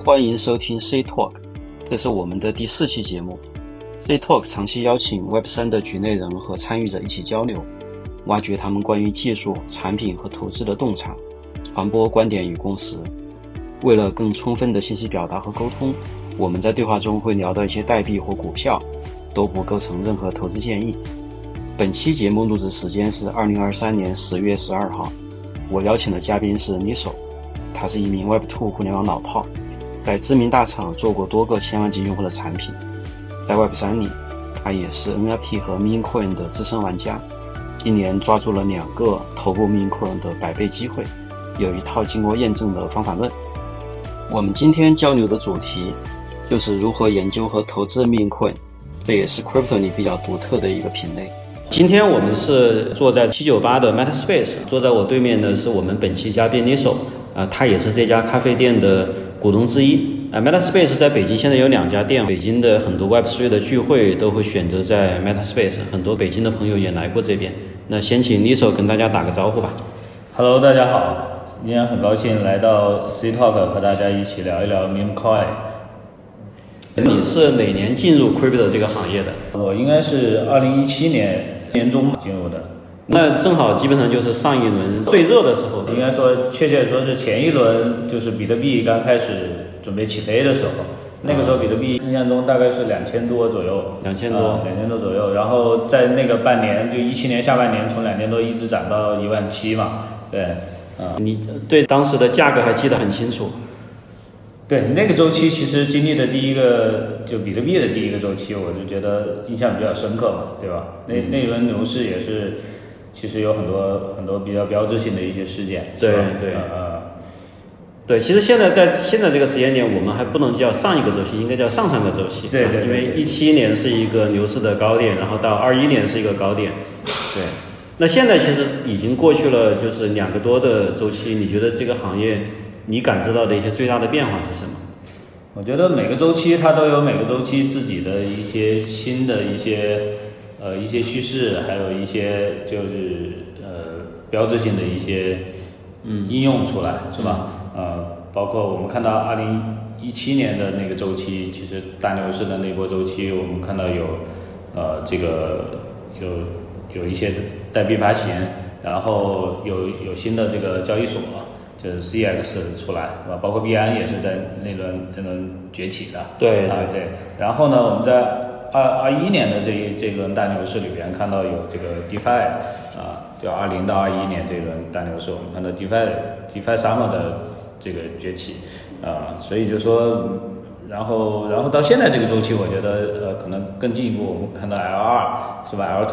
欢迎收听 C Talk， 这是我们的第4期节目。C Talk 长期邀请 Web3 的局内人和参与者一起交流，挖掘他们关于技术、产品和投资的洞察，传播观点与共识。为了更充分的信息表达和沟通，我们在对话中会聊到一些代币或股票，都不构成任何投资建议。本期节目录制时间是2023年10月12号，我邀请的嘉宾是 Niso， 他是一名 Web2 互联网老炮，在知名大厂做过多个千万级用户的产品。在 Web3 里，他也是 NFT 和 Meme Coin 的资深玩家，今年抓住了2个头部 Meme Coin 的100倍机会，有一套经过验证的方法论。我们今天交流的主题就是如何研究和投资 Meme Coin， 这也是 Crypto 里比较独特的一个品类。今天我们是坐在798的 MetaSpace， 坐在我对面的是我们本期嘉宾 Niso， 他也是这家咖啡店的股东之一。MetaSpace 在北京现在有2家店，北京的很多 Web3 的聚会都会选择在 MetaSpace， 很多北京的朋友也来过这边。那先请 Niso 跟大家打个招呼吧。 Hello， 大家好，今天很高兴来到 C Talk 和大家一起聊一聊 Meme Coin。 你是哪年进入 Crypto 这个行业的？ 我应该是2017年年中进入的。 那正好基本上就是上一轮最热的时候， 应该说确切说是前一轮，就是比特币刚开始准备起飞的时候，那个时候比特币印象中大概是2000多左右 ，2000多左右，然后在那个半年，就17年下半年，从2000多一直涨到17000嘛，对， 你对当时的价格还记得很清楚。 对，那个周期其实经历的第一个就比特币的第一个周期，我就觉得印象比较深刻嘛，对吧？那一轮牛市也是，其实有很多比较标志性的一些事件。 对对，对，其实现在这个时间点，我们还不能叫上一个周期，应该叫上个周期。 对， 因为17年是一个牛市的高点，然后到21年是一个高点。对，那现在其实已经过去了，就是2个多的周期。你觉得这个行业你感知到的一些最大的变化是什么？ 我觉得每个周期它都有每个周期自己的一些新的一些趋势，还有一些就是标志性的一些应用出来，是吧？包括我们看到2017年的那个周期，其实大牛市的那波周期，我们看到这个有一些代币发行，然后有新的这个交易所，就是 CX 出来，是吧？包括币安也是在那轮崛起的。 对。 然后呢，我们在21年的这轮大牛市里边看到有这个 DeFi 就20到21年这轮大牛市，我们看到 DeFi Summer 的这个崛起，所以就说，然后到现在这个周期，我觉得可能更进一步，我们看到 L2 是吧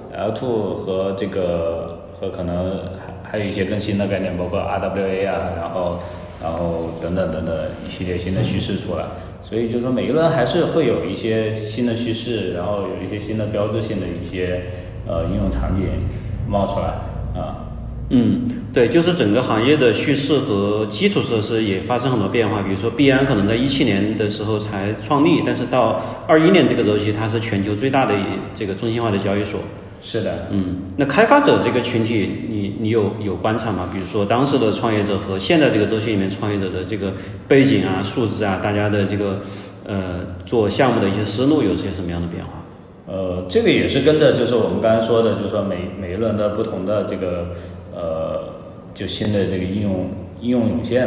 ？L2 和这个可能还有一些更新的概念，包括 RWA 然后等等一系列新的趋势出来，所以就说每一轮还是会有一些新的趋势，然后有一些新的标志性的一些应用场景冒出来对，就是整个行业的叙事和基础设施也发生很多变化。比如说币安可能在17年的时候才创立，但是到21年这个周期，它是全球最大的这个中心化的交易所。 是的， 那开发者这个群体，你有观察吗？比如说当时的创业者和现在这个周期里面创业者的这个背景素质大家的这个做项目的一些思路有些什么样的变化？ 这个也是跟着就是我们刚才说的，就是说每一轮的不同的这个就新的这个应用涌现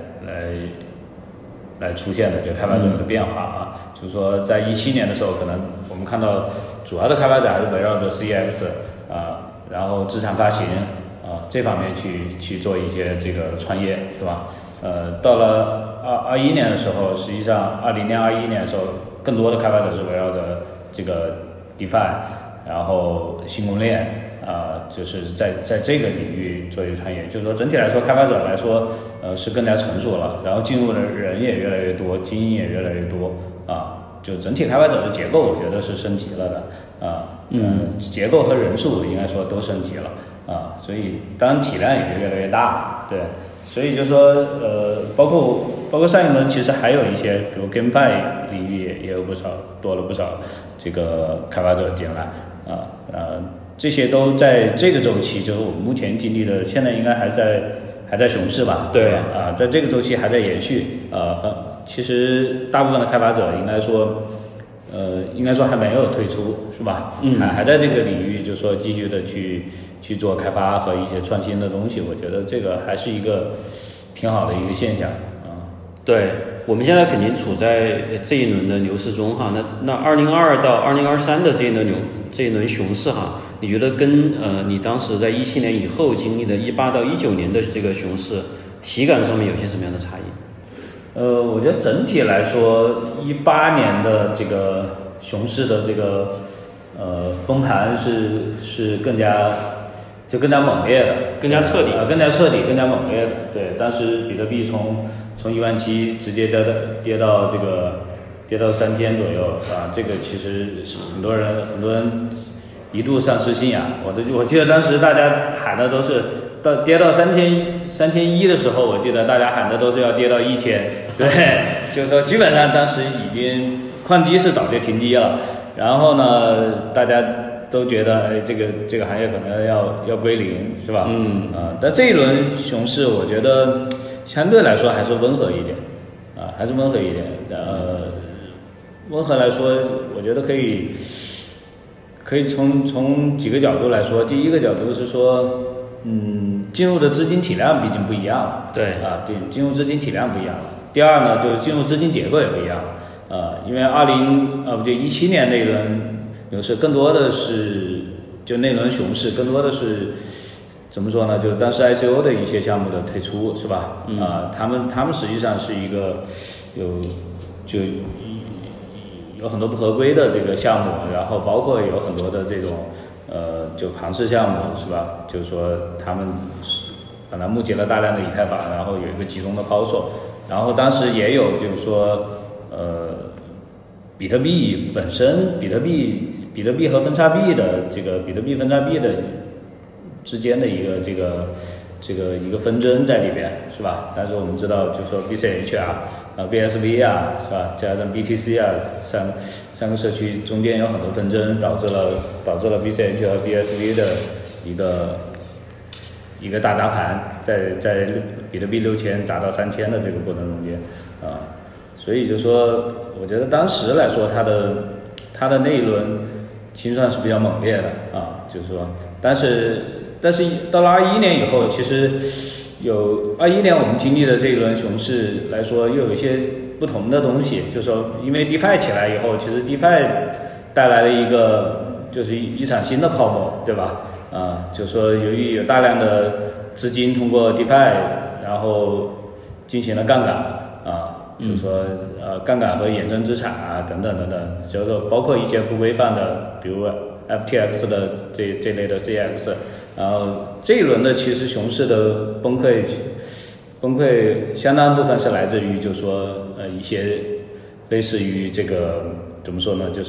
来出现的这个开发者的变化就是说在17年的时候，可能我们看到主要的开发者还是围绕着 CX 然后资产发行这方面去做一些这个创业，是吧？到了21年的时候，实际上20年、21年的时候，更多的开发者是围绕着这个 DeFi， 然后新公链就是在这个领域做一个创业。就是说整体来说，开发者来说是更加成熟了，然后进入的人也越来越多，精英也越来越多就整体开发者的结构我觉得是升级了的结构和人数应该说都升级了所以当然体量也越来越大，对，所以就说包括上一轮其实还有一些比如 GameFi 领域也有多了不少这个开发者进来这些都在这个周期，就是我们目前经历的，现在应该还还在熊市吧？ 对在这个周期还在延续。其实大部分的开发者应该说还没有退出，是吧？还在这个领域，就是说继续的去做开发和一些创新的东西。我觉得这个还是一个挺好的一个现象啊。 对，我们现在肯定处在这一轮的牛市中哈。那2022到2023的这一轮熊市哈，你觉得跟你当时在17年以后经历的18到19年的这个熊市体感上面有些什么样的差异？ 我觉得整体来说，18年的这个熊市的这个崩盘是更加猛烈的， 更加彻底， 更加猛烈的。对，当时比特币从17000直接跌到3000左右啊，这个其实很多人一度丧失信仰。我记得当时大家喊的都是跌到3100的时候，我记得大家喊的都是要跌到1000。对，就是说基本上当时已经矿机是早就停机了，然后呢，大家都觉得这个行业可能要归零，是吧？但这一轮熊市，我觉得相对来说还是温和一点，还是温和一点。温和来说，我觉得可以从几个角度来说。第一个角度是说，进入的资金体量毕竟不一样了。 对对，进入资金体量不一样了。第二呢，就是进入资金结构也不一样了。因为17年那轮牛市更多的是就那轮熊市更多的是怎么说呢？就是当时 ICO 的一些项目的退出，是吧？他们实际上是一个有很多不合规的这个项目，然后包括有很多的这种就庞氏项目，是吧？就是说他们本来募集了大量的以太坊，然后有一个集中的抛售，然后当时也有就是说比特币本身，比特币和分叉币的这个比特币分叉币的之间的一个一个纷争在里边，是吧？但是我们知道，就是说 BCH BSV 是吧？加上 BTC 三个社区中间有很多纷争，导致了 BCH 和 BSV 的一个大砸盘，在比特币6000砸到3000的这个过程中间所以就说，我觉得当时来说，它的那一轮清算是比较猛烈的就是说，但是到了21年以后，其实有21年我们经历的这一轮熊市来说，又有一些不同的东西，就是说，因为 DeFi 起来以后，其实 DeFi 带来了一场新的泡沫，对吧？就是说，由于有大量的资金通过 DeFi， 然后进行了杠杆就是说杠杆和衍生资产等等，就是说包括一些不规范的，比如 FTX 的这类的 CX， 然后这一轮的其实熊市的崩溃相当部分是来自于就是说一些类似于这个怎么说呢，就是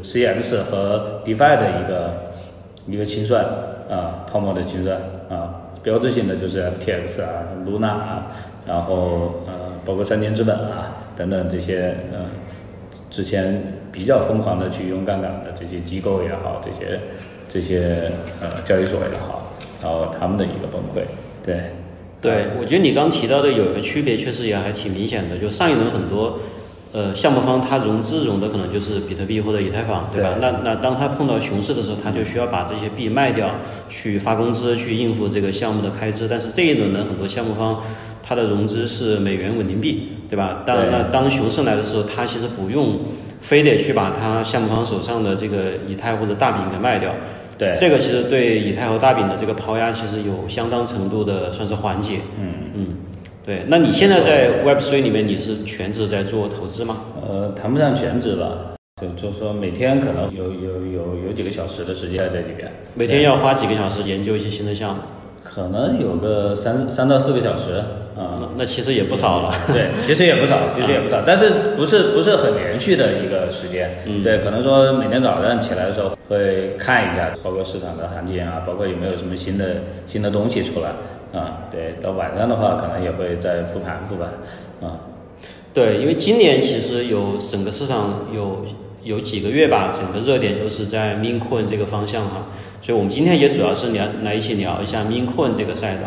CX 和 DeFi 的一个清算泡沫的清算标志性的就是 FTX Luna 然后包括3千资本等等这些之前比较疯狂的去用杠杆的这些机构也好，这些交易所也好，然后他们的一个崩溃。对， 我觉得你刚提到的有一个区别，确实也还挺明显的。就上一轮很多项目方他融资融的可能就是比特币或者以太坊，对吧？那当他碰到熊市的时候，他就需要把这些币卖掉，去发工资，去应付这个项目的开支。但是这一轮呢，很多项目方他的融资是美元稳定币，对吧？当熊市来的时候，他其实不用非得去把他项目方手上的这个以太或者大饼给卖掉。 对， 这个其实对以太和大饼的这个抛压其实有相当程度的算是缓解。对。那你现在在 Web3 里面，你是全职在做投资吗？ 谈不上全职吧，就是说每天可能有几个小时的时间在里边。 每天要花几个小时研究一些新的项目？ 可能有个3到4个小时那其实也不少了。 对，其实也不少，但是不是很连续的一个时间。对，可能说每天早上起来的时候会看一下，包括市场的行情包括有没有什么新的东西出来对，到晚上的话可能也会再复盘对，因为今年其实有整个市场有几个月吧，整个热点都是在 Meme Coin 这个方向所以我们今天也主要是来一起聊一下 Meme Coin 这个赛道。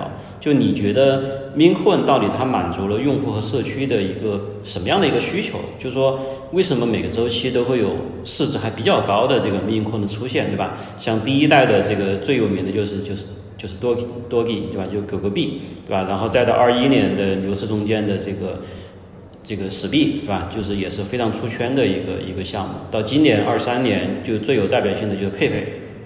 就你觉得 meme coin 到底它满足了用户和社区的一个什么样的一个需求？就是说为什么每个周期都会有市值还比较高的这个 meme coin 的出现，对吧？像第一代的这个最有名的就是Doge，对吧？就狗狗币，对吧？然后再到21年的牛市中间的这个史币，对吧？就是也是非常出圈的一个项目。到今年23年，就最有代表性的就是佩佩。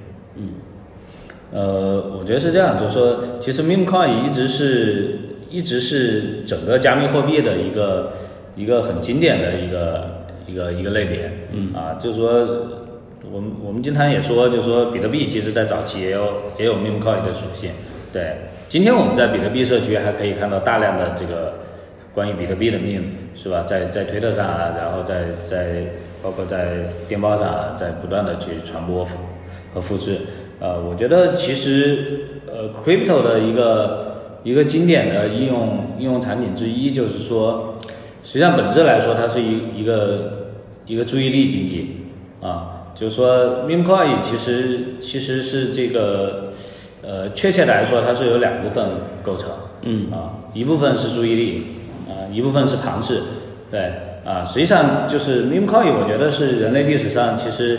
我觉得是这样，就是说，其实 meme coin 一直是整个加密货币的一个很经典的一个类别。就是说，我们经常也说，就是说，比特币其实在早期也有 meme coin 的属性。对，今天我们在比特币社区还可以看到大量的这个关于比特币的 meme， 是吧？在推特上啊，然后包括在电报上啊，在不断的去传播和复制。我觉得其实crypto 的一个经典的应用产品之一，就是说，实际上本质来说，它是一个注意力经济啊，就是说 meme coin 其实是这个确切的来说，它是由两部分构成，一部分是注意力一部分是庞氏，对实际上就是 meme coin， 我觉得是人类历史上其实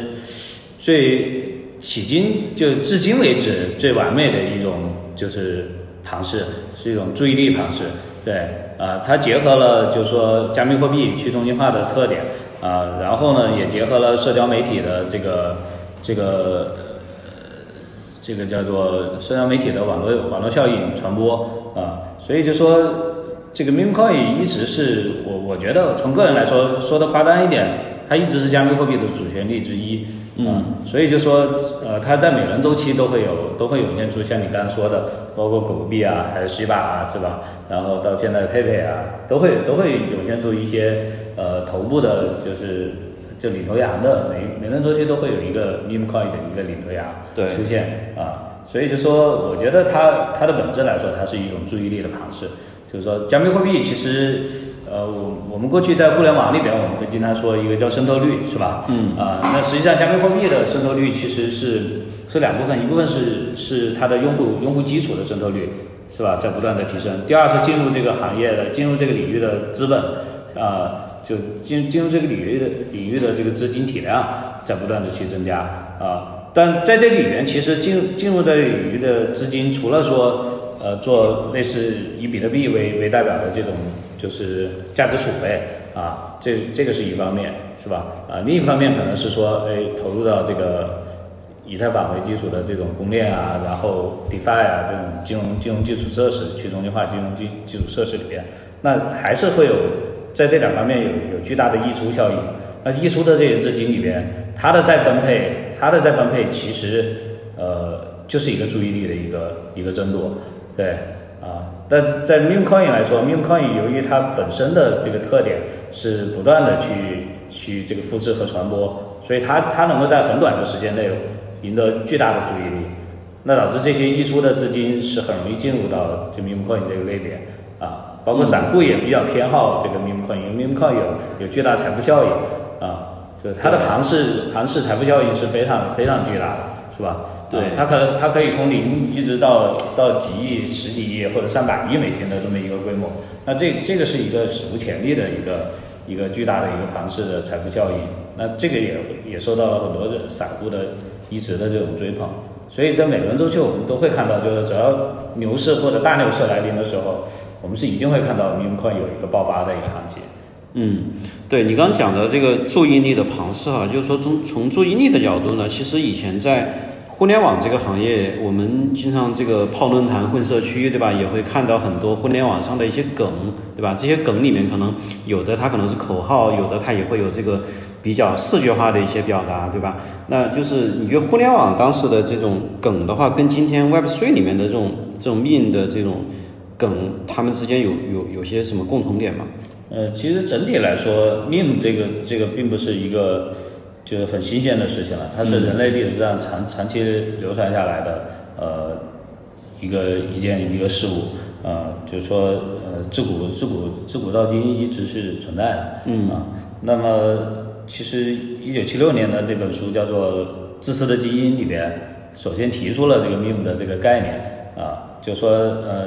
至今为止最完美的一种就是庞氏，是一种注意力庞氏。对它结合了就是说加密货币去中心化的特点然后呢也结合了社交媒体的这个叫做社交媒体的网络效应传播所以就说这个 meme coin 一直是我觉得从个人来说的夸张一点，它一直是加密货币的主旋律之一。所以就说它在每轮周期都会涌现出像你刚刚说的，包括狗币啊，还有西巴啊，是吧？然后到现在佩佩啊，都会涌现出一些头部的就领头羊的，每轮周期都会有一个 meme coin 的一个领头羊出现所以就说我觉得它的本质来说，它是一种注意力的庞氏。就是说加密货币其实我们过去在互联网里边，我们会经常说一个叫渗透率，是吧？那实际上加密货币的渗透率其实是两部分，一部分是它的用户基础的渗透率，是吧？在不断的提升。第二是进入这个行业的、进入这个领域的资本就进入这个领域的这个资金体量在不断的去增加但在这里面，其实进入这个领域的资金，除了说做类似以比特币为代表的这种就是价值储备这个是一方面，是吧？另一方面可能是说投入到这个以太坊为基础的这种公链然后 DeFi 这种金融基础设施、去中心化金融基础设施里边，那还是会有在这两方面有巨大的溢出效应。那溢出的这些资金里边，它的再分配其实就是一个注意力的一个争夺，对但在 meme coin 来说 ，meme coin 由于它本身的这个特点是不断的去这个复制和传播，所以它能够在很短的时间内赢得巨大的注意力，那导致这些溢出的资金是很容易进入到这 meme coin 这个类别包括散户也比较偏好这个 meme coin， 因为 meme coin 有巨大财富效应就是它的庞氏财富效应是非常非常巨大的，是吧？对，它可以从零一直到几亿、10几亿或者300亿美金的这么一个规模。那这个是一个史无前例的一个巨大的一个庞氏的财富效应。那这个也受到了很多散户的一直的这种追捧。所以在每轮周期我们都会看到，就是只要牛市或者大牛市来临的时候，我们是一定会看到 meme coin 有一个爆发的一个行情。 对你刚刚讲的这个注意力的庞氏就是说从注意力的角度呢，其实以前在互联网这个行业，我们经常这个泡论坛、混社区，对吧？也会看到很多互联网上的一些梗，对吧？这些梗里面可能有的它可能是口号，有的它也会有这个比较视觉化的一些表达，对吧？那就是你觉得互联网当时的这种梗的话，跟今天 Web3 里面的这种 meme 的这种梗，它们之间有些什么共同点吗？ 其实整体来说 ，meme 这个并不是一个就是很新鲜的事情了，它是人类历史上长期流传下来的一个事物就是说自古到今一直是存在的那么其实1976年的那本书叫做《自私的基因》里边，首先提出了这个 meme 的这个概念就是说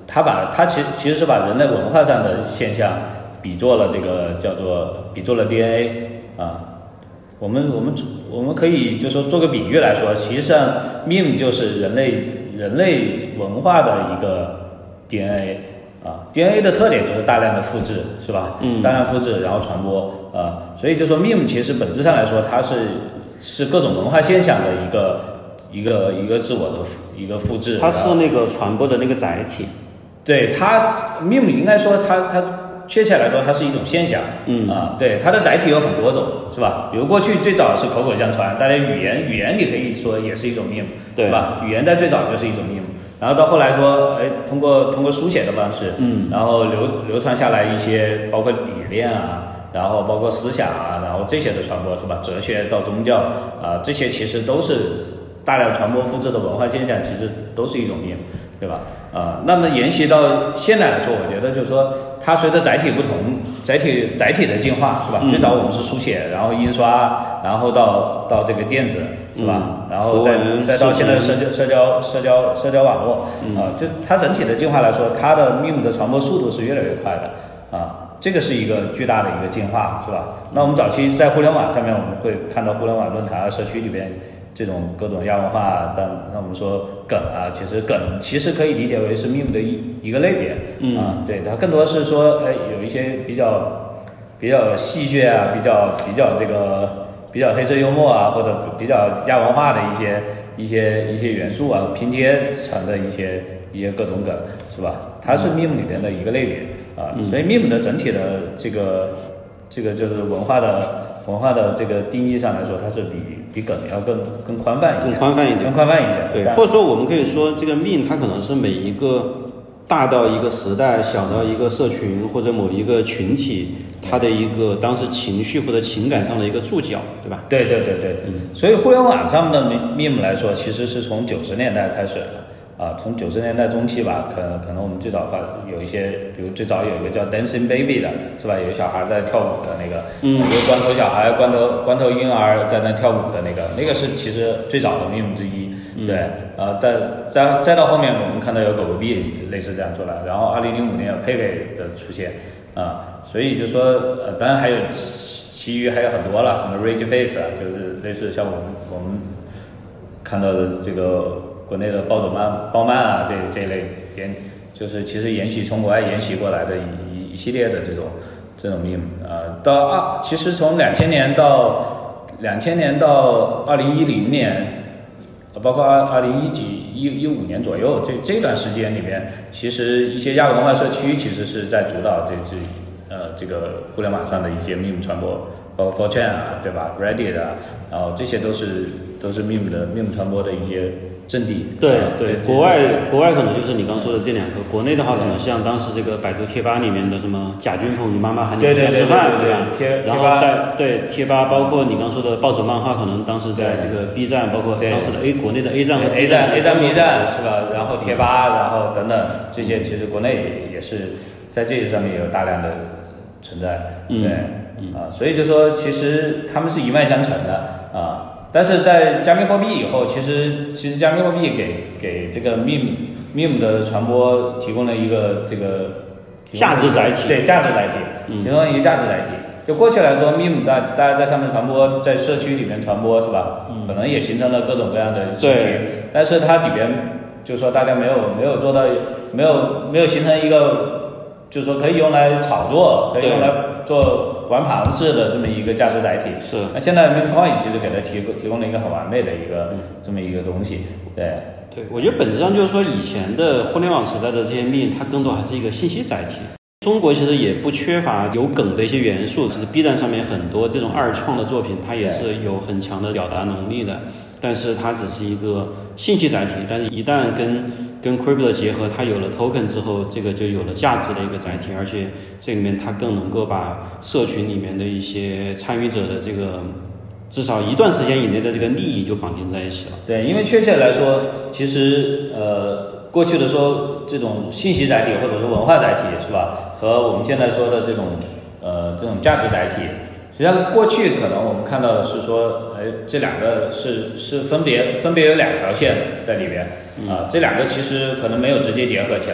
它其实是把人类文化上的现象比作了这个比作了 DNA 啊。我们可以就说做个比喻来说，实际上 meme 就是人类文化的一个 DNA 啊。DNA 的特点就是大量的复制，是吧？大量复制然后传播啊，所以就说 meme 其实本质上来说，它是各种文化现象的一个自我的一个复制。 它是那个传播的那个载体。 对，它 meme 应该说它确切来说，它是一种现象，对，它的载体有很多种，是吧？比如过去最早是口口相传，大家语言你可以说也是一种 meme， 是吧？语言在最早就是一种 meme， 然后到后来说，通过书写的方式，然后流传下来一些包括理念啊，然后包括思想啊，然后这些的传播，是吧？哲学到宗教啊，这些其实都是大量传播复制的文化现象，其实都是一种 meme。对吧？那么沿袭到现在来说，我觉得就是说，它随着载体不同，载体的进化，是吧？最早我们是书写，然后印刷，然后到这个电子，是吧？然后再到现在的社交网络，就它整体的进化来说，它的 meme 的传播速度是越来越快的啊。这个是一个巨大的一个进化，是吧？那我们早期在互联网上面，我们会看到互联网论坛啊、社区里边。这种各种亚文化，那我们说梗啊，梗其实可以理解为是 meme 的一个类别，对，它更多是说，有一些比较戏谑啊，比较黑色幽默啊，或者比较亚文化的一些元素啊，拼贴成的一些各种梗，是吧？它是 meme 里边的一个类别啊，所以 meme 的整体的这个就是文化的这个定义上来说，它是比梗要更宽泛一些，更宽泛一点。 对，或者说我们可以说，这个 meme 它可能是每一个大到一个时代，小到一个社群或者某一个群体，它的一个当时情绪或者情感上的一个注脚，对吧？ 对，所以互联网上的 meme 来说，其实是从90年代开始的。从90年代中期吧，可能我们最早有一些，比如最早有一个叫 Dancing Baby 的，是吧？有个小孩在跳舞的那个，一个光头小孩、光头婴儿在那跳舞的那个是其实最早的 meme 之一，对，再到后面我们看到有狗狗币类似这样出来，然后2005年有佩佩的出现，所以就说当然还有其余还有很多了，什么 Rage Face 啊，就是类似像我们看到的这个。国内的暴漫啊，这一类就是其实从国外沿袭过来的一系列的这种 meme， 其实从2000年到2010年，包括2015年左右这段时间里面，其实一些亚文化社区其实是在主导这个互联网上的一些 meme 传播，包括 4chan 啊，对吧 ？Reddit 啊，然后这些都是 meme 传播的一些。阵地对，国外可能就是你刚说的这两个，国内的话可能像当时这个百度贴吧里面的什么贾君鹏，你妈妈喊你回家吃饭，对吧？然后贴吧，包括你刚说的暴走漫画，可能当时在这个 B 站，包括当时的国内的 A 站和 A 站 B 站是吧？然后贴吧，然后等等这些，其实国内也是在这些上面也有大量的存在，对，所以就说其实他们是一脉相承的啊。但是在加密货币以后，其实加密货币给这个 meme 的传播提供了一个这个价值载体， 对，价值载体，提供了一个价值载体。就过去来说 ，meme 大家在上面传播，在社区里面传播是吧？可能也形成了各种各样的情绪，但是它里边就是说大家没有做到，没有形成一个就是说可以用来炒作，可以用来做玩盘式的这么一个价值载体。 是。 那现在 meme coin 其实给它提供了一个很完美的一个这么一个东西。对， 我觉得本质上就是说，以前的互联网时代的这些 meme，它更多还是一个信息载体。中国其实也不缺乏有梗的一些元素，其实 B 站上面很多这种二创的作品，它也是有很强的表达能力的，但是它只是一个信息载体。但是一旦跟 crypto 结合，它有了 token 之后，这个就有了价值的一个载体，而且这里面它更能够把社群里面的一些参与者的这个至少一段时间以内的这个利益就绑定在一起了。 对，因为确切来说，其实过去的说这种信息载体或者说文化载体是吧，和我们现在说的这种价值载体，实际上过去可能我们看到的是说，这两个是分别有两条线在里边，这两个其实可能没有直接结合起来，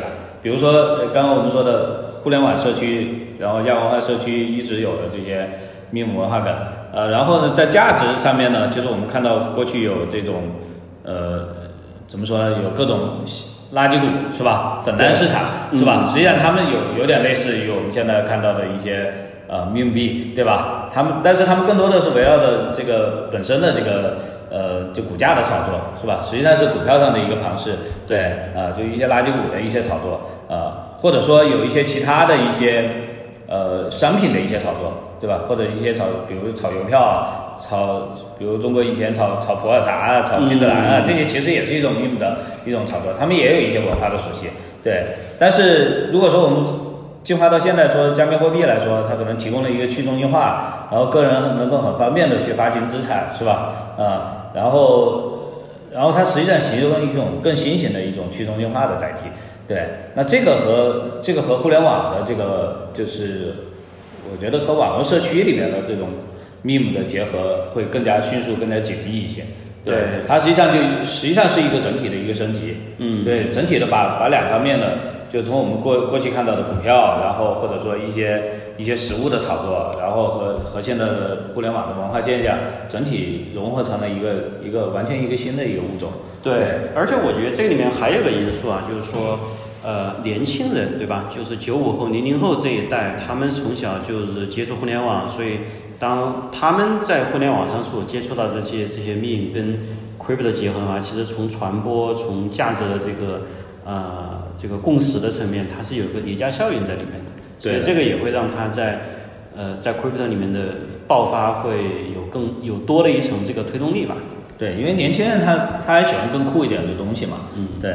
比如说刚刚我们说的互联网社区，然后亚文化社区一直有的这些meme文化梗，然后呢，在价值上面呢，其实我们看到过去有这种怎么说呢，有各种垃圾股是吧？粉单市场是吧？实际上他们有点类似于我们现在看到的一些meme币，对吧？但是他们更多的是围绕着这个本身的这个就股价的炒作是吧？实际上是股票上的一个庞氏，对就一些垃圾股的一些炒作或者说有一些其他的一些商品的一些炒作，对吧？或者一些比如炒邮票啊，比如中国以前炒普洱茶啊，炒君子兰啊，这些其实也是一种 meme 的一种炒作，他们也有一些文化的属性，对。但是如果说我们进化到现在说加密货币来说，它可能提供了一个去中心化，然后个人能够很方便的去发行资产，是吧？然后它实际上形成了一种更新型的一种去中心化的载体，对。那这个和互联网的这个就是我觉得和网络社区里面的这种 meme 的结合会更加迅速、更加紧密一些。对，它实际上是一个整体的一个升级。对，整体的把两方面的，就从我们过去看到的股票，然后或者说一些实物的炒作，然后和现在的互联网的文化现象，整体融合成了一个完全一个新的一个物种。 对，而且我觉得这里面还有个因素啊，就是说年轻人对吧？就是95后、00后这一代，他们从小就是接触互联网，所以当他们在互联网上所接触到的这些meme跟 crypto 的结合的话，其实从传播、从价值的这个共识的层面，它是有个叠加效应在里面的，所以这个也会让它在 crypto 里面的爆发会有多了一层这个推动力吧。 对，因为年轻人他还喜欢更酷一点的东西嘛。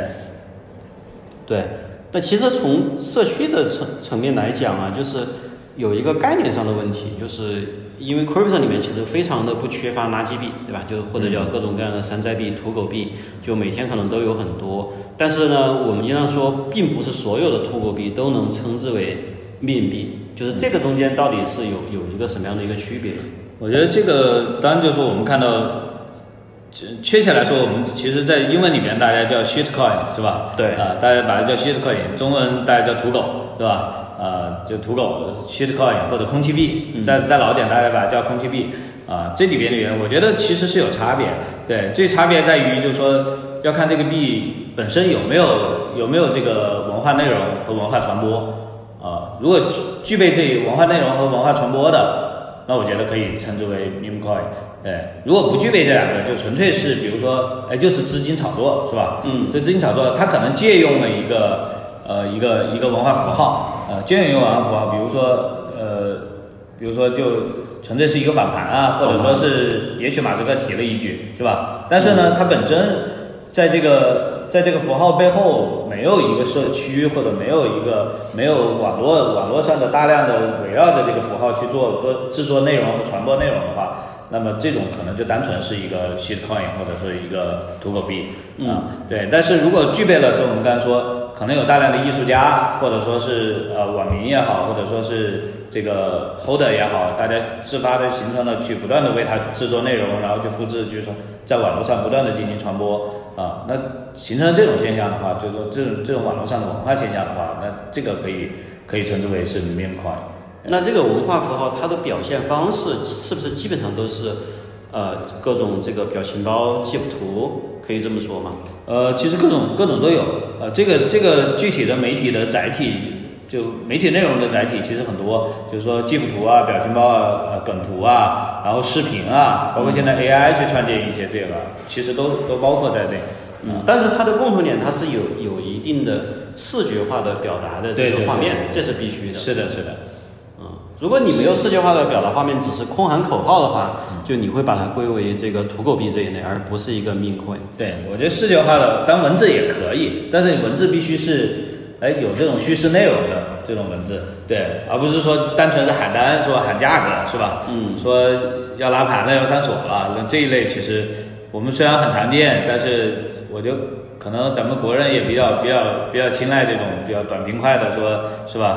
对。但其实从社区的层面来讲啊，就是有一个概念上的问题，就是因为 crypto 里面其实非常的不缺乏垃圾币，对吧？就或者叫各种各样的山寨币、土狗币，就每天可能都有很多。但是呢，我们经常说，并不是所有的土狗币都能称之为meme币，就是这个中间到底是有一个什么样的一个区别？ 我觉得这个当然就是说我们看到。确切来说，我们其实，在英文里面大家叫 shitcoin 是吧？ 对大家把它叫 shitcoin， 中文大家叫土狗，是吧？就土狗 shitcoin 或者空气币，再老点大家把它叫空气币这里边，我觉得其实是有差别。对，这差别在于就是说要看这个币本身有没有这个文化内容和文化传播如果具备这文化内容和文化传播的，那我觉得可以称之为 meme coin。对，如果不具备这两个，就纯粹是比如说，就是资金炒作，是吧？这资金炒作，它可能借用了一个文化符号，借用一个文化符号，比如说就纯粹是一个反盘啊，或者说是也许马斯克提了一句，是吧？但是呢，它本身在这个符号背后没有一个社区，或者没有网络上的大量的围绕着这个符号去制作内容和传播内容的话。那么这种可能就单纯是一个 shitcoin 或者是一个土狗币对。但是如果具备了，说我们刚才说，可能有大量的艺术家，或者说是网民也好，或者说是这个 holder 也好，大家自发的形成了去不断的为它制作内容，然后去复制，就是说在网络上不断的进行传播那形成这种现象的话，就是说这种网络上的文化现象的话，那这个可以称之为是 meme coin。 那这个文化符号它的表现方式是不是基本上都是各种这个表情包、GIF 图，可以这么说吗？ 其实各种都有。这个具体的媒体的载体，就媒体内容的载体其实很多，就是说 GIF 图啊、表情包啊、梗图啊，然后视频啊，包括现在 AI 去创建一些这个，其实都包括在内。 但是它的共同点，它是有一定的视觉化的表达的这个画面，这是必须的。 是的。 如果你没有视觉化的表达画面，只是空喊口号的话，就你会把它归为这个土狗币这一类，而不是一个meme coin。 对，我觉得视觉化的当文字也可以，但是文字必须是有这种叙事内容的这种文字，对，而不是说单纯是喊单，说喊价格，是吧？说要拉盘了，要上锁了，那这一类其实我们虽然很常见，但是我就可能咱们国人也比较青睐这种比较短平快的，说是吧？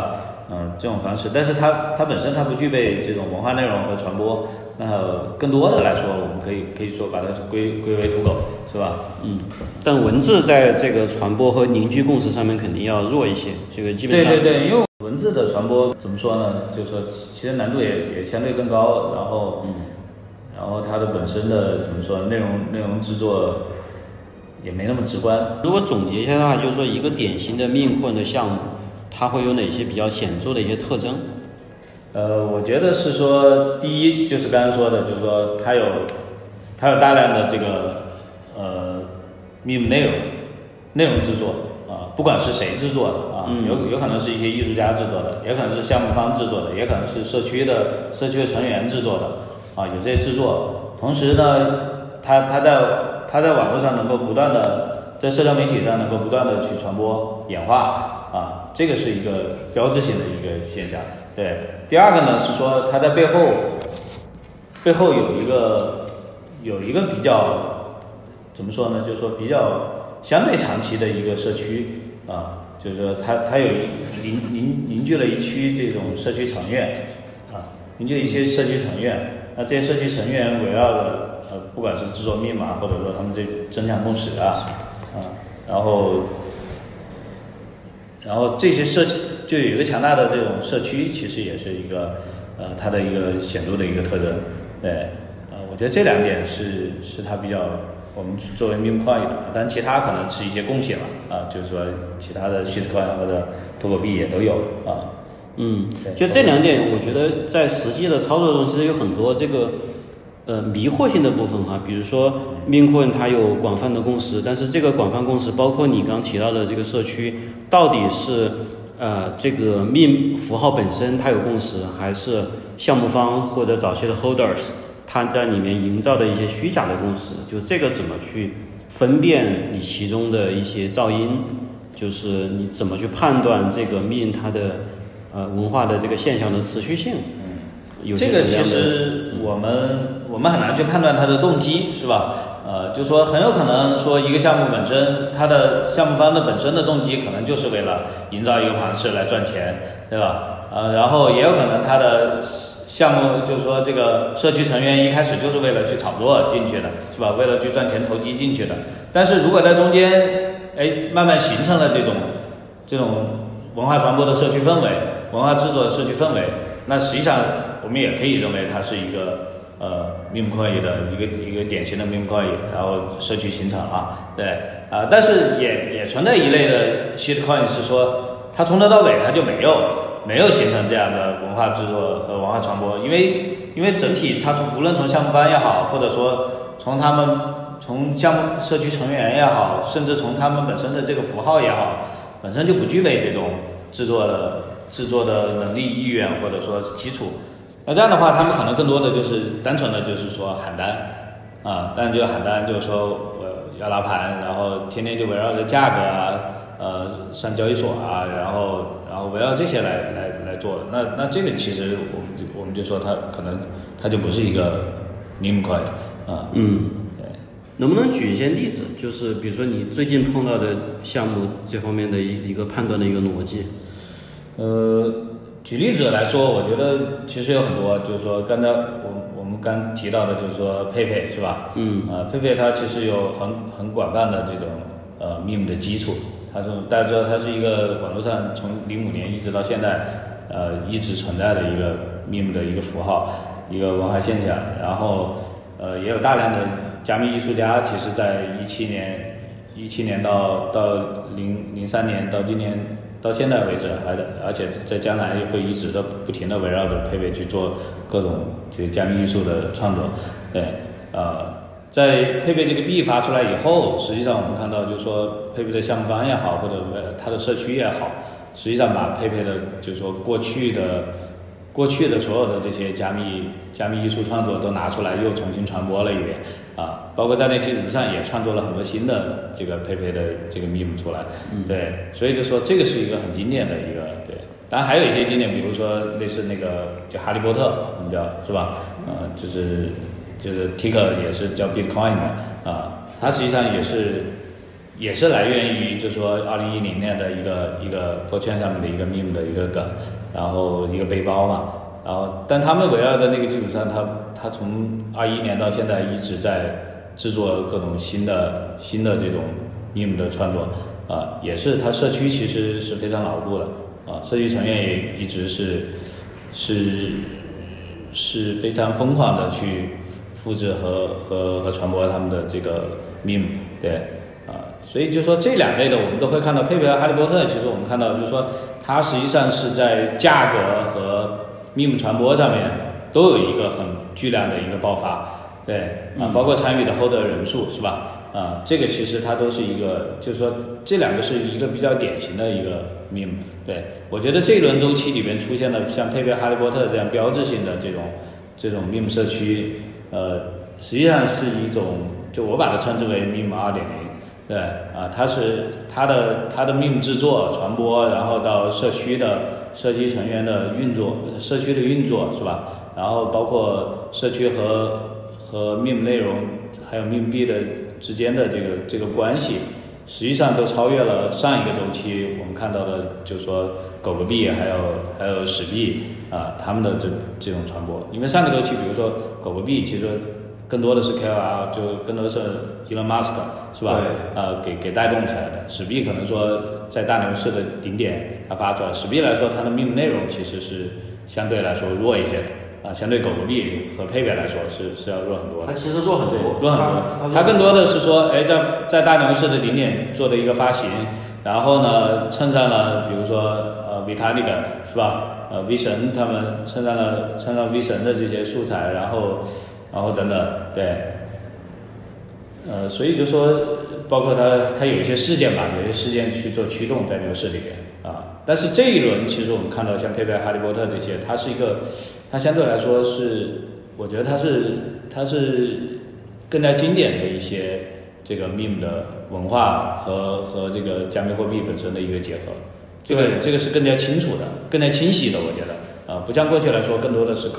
这种方式，但是它本身它不具备这种文化内容和传播，那更多的来说，我们可以说把它归为土狗，是吧？ 但文字在这个传播和凝聚共识上面肯定要弱一些，这个基本上对，因为文字的传播怎么说呢？就是说其实难度也相对更高，然后它的本身的怎么说内容制作也没那么直观。 如果总结一下的话，就是说一个典型的meme coin的项目，它会有哪些比较显著的一些特征？ 我觉得是说，第一就是刚才说的，就是说它有大量的这个meme 内容制作啊，不管是谁制作的啊，有可能是一些艺术家制作的，也可能是项目方制作的，也可能是社区的成员制作的啊，有这些制作。同时呢，它在网络上能够不断的在社交媒体上能够不断的去传播演化啊，这个是一个标志性的一个现象。对，第二个呢是说它在背后有一个比较怎么说呢？就是说比较相对长期的一个社区啊，就是说它有凝聚了一区这种社区成员啊，凝聚一些社区成员。那这些社区成员围绕着不管是制作密码，或者说他们这增强共识然后这些社区就有一个强大的这种社区，其实也是一个它的一个显著的一个特征。对，我觉得这两点是它比较我们作为meme coin的，但其他可能是一些贡献了啊，就是说其他的shitcoin或者土狗币也都有啊。 就这两点，我觉得在实际的操作中，其实有很多这个迷惑性的部分哈，比如说meme coin它有广泛的共识，但是这个广泛共识包括你刚提到的这个社区，到底是这个meme符号本身它有共识，还是项目方或者早期的 holders 它在里面营造的一些虚假的共识？就这个怎么去分辨你其中的一些噪音？就是你怎么去判断这个meme它的文化的这个现象的持续性？ 这个其实我们很难去判断它的动机，是吧？就说很有可能说一个项目本身，它的项目方的本身的动机可能就是为了营造一个方式来赚钱，对吧？然后也有可能它的项目就是说这个社区成员一开始就是为了去炒作进去的，是吧？为了去赚钱投机进去的。但是如果在中间，慢慢形成了这种文化传播的社区氛围，文化制作的社区氛围，那实际上我们也可以认为它是一个meme coin的一个典型的meme coin，然后社区形成对但是也存在一类的 shitcoin 是说它从头到尾它就没有形成这样的文化制作和文化传播，因为整体它无论从项目方也好，或者说从项目社区成员也好，甚至从他们本身的这个符号也好，本身就不具备这种制作的能力、意愿或者说基础。那这样的话，他们可能更多的就是单纯的就是说喊单但就喊单就是说我要拉盘，然后天天就围绕着价格上交易所然后围绕这些来做。那这个其实我们就说它就不是一个meme coin对。 能不能举一些例子？就是比如说你最近碰到的项目这方面的一个判断的一个逻辑。 举例子来说，我觉得其实有很多，就是说刚才我们刚提到的，就是说佩佩是吧？佩佩它其实有很广泛的这种meme 的基础，大家知道它是一个网络上从05年一直到现在一直存在的一个meme的一个符号，一个文化现象。然后也有大量的加密艺术家，其实在17年到03年到今年。到现在为止，而且在将来会一直的不停的围绕着佩佩去做各种这个加密艺术的创作。对，在佩佩这个币发出来以后，实际上我们看到就是说佩佩的项目方也好，或者它的社区也好，实际上把佩佩的就是说过去的所有的这些加密艺术创作都拿出来又重新传播了一遍包括在那基础上也创作了很多新的这个佩佩的这个 meme 出来。对，所以就说这个是一个很经典的一个对。当然还有一些经典，比如说类似那个叫哈利波特，我们叫是吧？就是 Ticker 也是叫 Bitcoin 的它实际上也是来源于就是说2010年的一个佛圈上面的一个 meme 的一个梗然后一个背包嘛，然后但他们围绕在那个基础上，他从21年到现在一直在制作各种新的这种 meme 的创作，也是他社区其实是非常牢固的，社区成员也一直是非常疯狂的去复制和传播他们的这个 meme， 对，所以就说这两类的我们都会看到，佩佩和哈利波特，其实我们看到就是说它实际上是在价格和 meme 传播上面都有一个很巨量的一个爆发，对，包括参与的 holder 人数是吧？这个其实它都是一个，就是说这两个是一个比较典型的一个 meme。对，我觉得这一轮周期里边出现了像佩佩哈利波特这样标志性的这种 meme 社区，实际上是一种，就我把它称之为 meme 2.0。对，它是它的 meme 制作、传播，然后到社区成员的运作，社区的运作是吧？然后包括社区和 meme 内容还有 meme 币的之间的这个关系，实际上都超越了上一个周期我们看到的，就是说狗狗币还有史币他们的这种传播。因为上个周期比如说狗狗币其实更多的是 KOL， 就更多的是 Elon Musk 是吧？给带动起来的。史币可能说在大牛市的顶点它发出来，史币来说它的 meme 内容其实是相对来说弱一些的。相对狗狗币和佩佩来说是要弱很多的。 它其实弱很多， 它更多的是说，在大牛市的顶点做的一个发行，然后呢蹭上了，比如说Vitalik 是吧？V 神他们蹭上 V 神的这些素材，然后等等，对，所以就说，包括它有一些事件吧，有些事件去做驱动在牛市里边但是这一轮其实我们看到像佩佩、哈利波特这些，它相对来说是，我觉得它是更加经典的一些这个 meme 的文化和这个加密货币本身的一个结合，这个是更加清楚的、更加清晰的，我觉得不像过去来说更多的是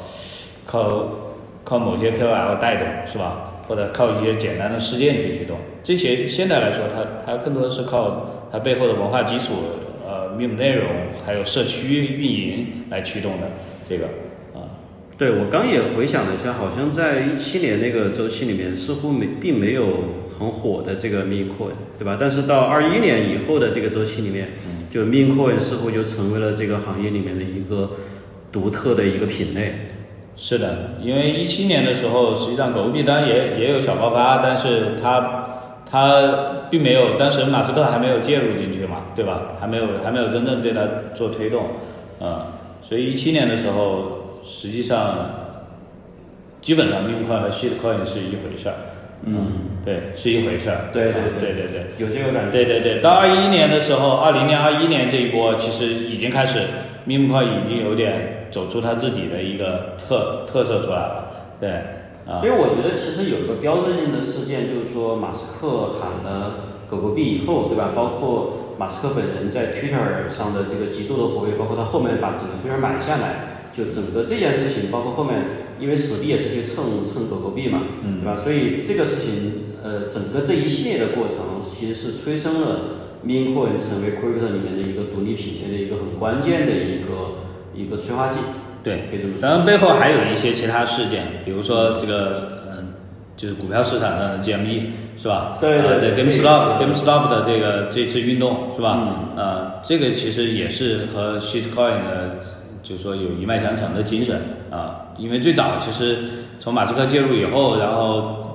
靠某些 KOL 带动是吧？或者靠一些简单的事件去驱动，这些现在来说它更多的是靠它背后的文化基础meme 内容还有社区运营来驱动的这个对，我刚也回想了一下，好像在17年那个周期里面，似乎并没有很火的这个 meme coin， 对吧？但是到21年以后的这个周期里面，就 meme coin 似乎就成为了这个行业里面的一个独特的一个品类。 是的，因为17年的时候，实际上狗币当然也有小爆发，但是它并没有，当时马斯克还没有介入进去嘛，对吧？还没有真正对它做推动，所以17年的时候。实际上，基本上 meme coin 和 shit coin 是一回事儿，对，是一回事儿， 对，有这个感觉， 对。到20年的时候，20年、21年这一波，其实已经开始 meme coin 已经有点走出它自己的一个特色出来了，对， 所以我觉得其实有一个标志性的事件，就是说马斯克喊了狗狗币以后，对吧？包括马斯克本人在 Twitter 上的这个极度的活跃，包括他后面把整个 Twitter 买下来。就整个这件事情，包括后面，因为史币也是去蹭狗狗币嘛，对吧？所以这个事情，整个这一系列的过程，其实是催生了 meme coin 成为 crypto 里面的一个独立品类的一个很关键的一个催化剂。 对， 可以这么说。 当然背后还有一些其他事件，比如说这个，就是股票市场上的 GME 是吧？ 对 GameStop 的这次运动是吧？这个其实也是和 shitcoin 的。就是说有一脉相承的精神因为最早其实从马斯克介入以后，然后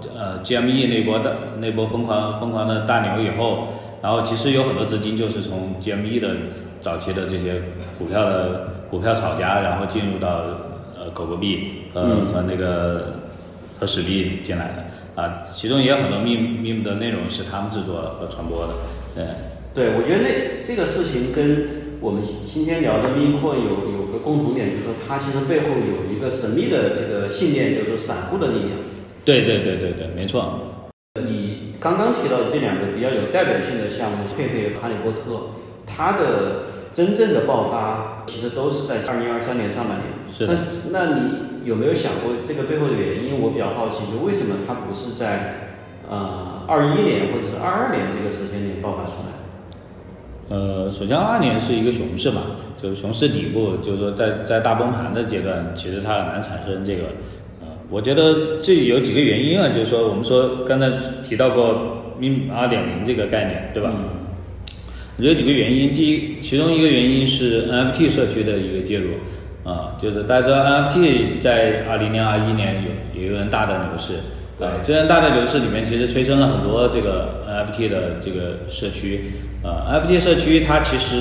GME 那波疯狂的大牛以后，然后其实有很多资金就是从 GME 的早期的这些股票炒家，然后进入到狗狗币和那个和史币进来的其中也有很多 meme 的内容是他们制作和传播的， 对，我觉得这个事情跟我们今天聊的 meme coin 有个共同点，就是说它其实背后有一个神秘的这个信念，就是说散户的力量。 对，没错。 你刚刚提到的这两个比较有代表性的项目，佩佩和哈利波特，它的真正的爆发其实都是在2023年上半年。 是的。 那你有没有想过这个背后的原因？我比较好奇，就为什么它不是在21年或者是22年这个时间点爆发出来？ 首先22年是一个熊市嘛， 就是熊市底部，就是说在大崩盘的阶段，其实它很难产生这个，我觉得这有几个原因啊，就是说我们说刚才提到过 Meme 2.0这个概念，对吧？我觉得有几个原因，其中一个原因是 NFT 社区的一个介入，就是大家知道 NFT 在20年、21年有一轮大的牛市，这轮大的牛市里面其实催生了很多这个 NFT 的这个社区，NFT 社区它其实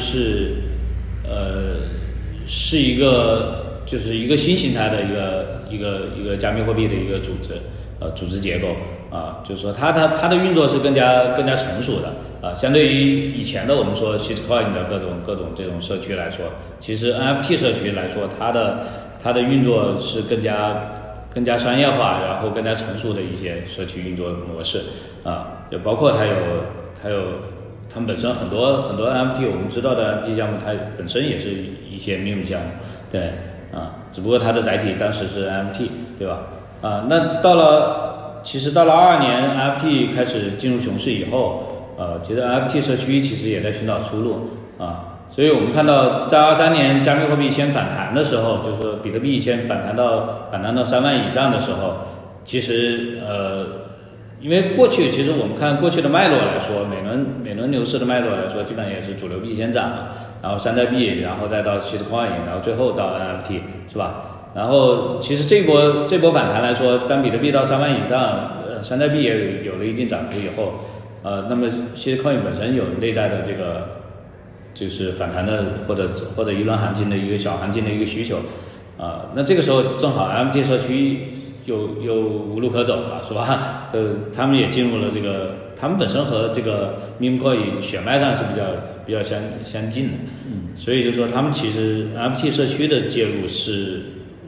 是一个就是一个新形态的一个加密货币的一个组织结构就是说它的运作是更加成熟的相对于以前的我们说 shitcoin 的各种这种社区来说，其实 NFT 社区来说，它的运作是更加商业化，然后更加成熟的一些社区运作模式就包括它们本身很多 NFT 我们知道的 NFT 项目，它本身也是一些 meme 项目，对只不过它的载体当时是 NFT， 对吧？那其实到了22年 NFT 开始进入熊市以后，其实 NFT 社区其实也在寻找出路所以我们看到在23年加密货币先反弹的时候，就是说比特币先反弹到3万以上的时候，其实因为过去其实我们看过去的脉络来说，每轮牛市的脉络来说，基本上也是主流币先涨，然后山寨币，然后再到 shitcoin， 然后最后到 NFT， 是吧？然后其实这波反弹来说，当比特币到3万以上，山寨币也有了一定涨幅以后，那么 shitcoin 本身有内在的这个就是反弹的或者一轮行情的一个小行情的一个需求那这个时候正好 NFT 社区又无路可走了，是吧？他们也进入了这个，他们本身和这个 meme coin 血脉上是比较相近的，所以就说他们其实 NFT 社区的介入是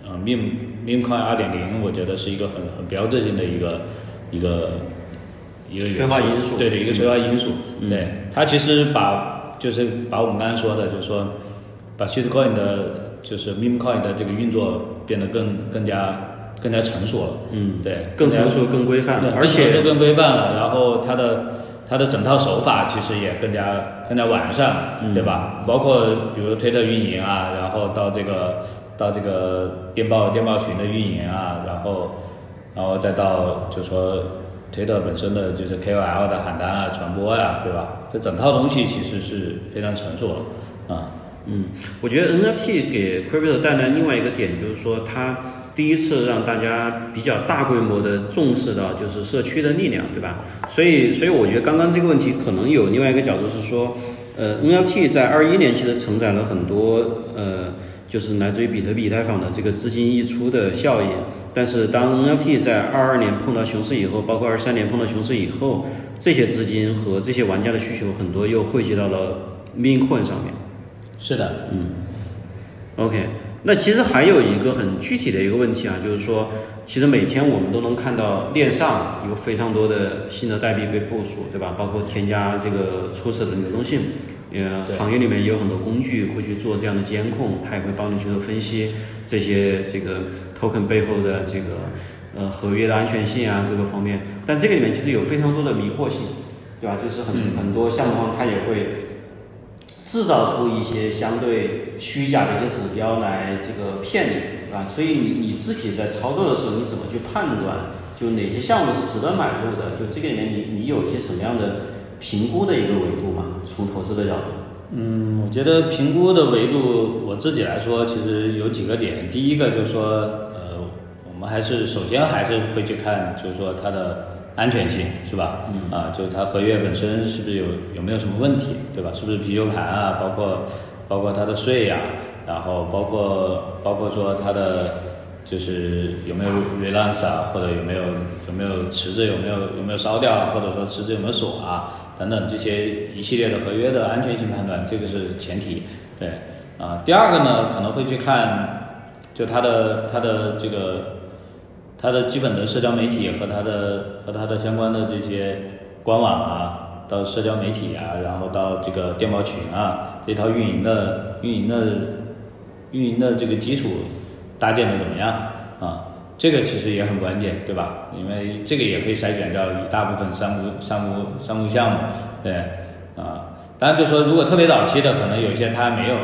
meme coin 2.0， 我觉得是一个很标志性的一个催化因素， 对的一个催化因素，对，它其实把我们刚才说的，就是说把 shitcoin 的就是 meme coin 的这个运作变得更加成熟了，对， 更成熟更规范了， 而且更规范了，然后它的整套手法其实也更加完善，对吧？包括比如推特运营然后到这个电报群的运营然后再到就说推特本身的就是 KOL 的喊单传播对吧？这整套东西其实是非常成熟了我觉得 NFT 给 Crypto 带来另外一个点，就是说它第一次让大家比较大规模的重视到就是社区的力量，对吧？所以我觉得刚刚这个问题可能有另外一个角度是说NFT 在21年其实承载了很多就是来自于比特币以太坊的这个资金溢出的效应，但是当 NFT 在22年碰到熊市以后，包括23年碰到熊市以后，这些资金和这些玩家的需求很多又汇集到了 meme coin 上面。 是的 OK， 那其实还有一个很具体的一个问题就是说其实每天我们都能看到链上有非常多的新的代币被部署，对吧？包括添加这个初始的流动性行业里面也有很多工具会去做这样的监控，它也会帮你去分析这些这个 token 背后的这个合约的安全性各个方面，但这个里面其实有非常多的迷惑性，对吧？就是很多项目方它也会制造出一些相对虚假的一些指标来这个骗你，对吧？所以你自己在操作的时候，你怎么去判断就哪些项目是值得买入的？就这个里面你有一些什么样的评估的一个维度嘛？从投资的角度。 我觉得评估的维度，我自己来说，其实有几个点。第一个就是说，我们首先还是会去看，就是说它的安全性，是吧？就是它合约本身是不是有没有什么问题，对吧？是不是貔貅盘包括它的税然后包括说它的就是有没有 relance 或者有没有池子有没有烧掉，或者说池子有没有锁等等这些一系列的合约的安全性判断，这个是前提。对第二个呢，可能会去看就它的这个它的基本的社交媒体和它的相关的这些官网到社交媒体然后到这个电报群这套运营的这个基础搭建的怎么样这个其实也很关键，对吧？因为这个也可以筛选掉一大部分商务项目，对当然就说如果特别早期的，可能有些它没有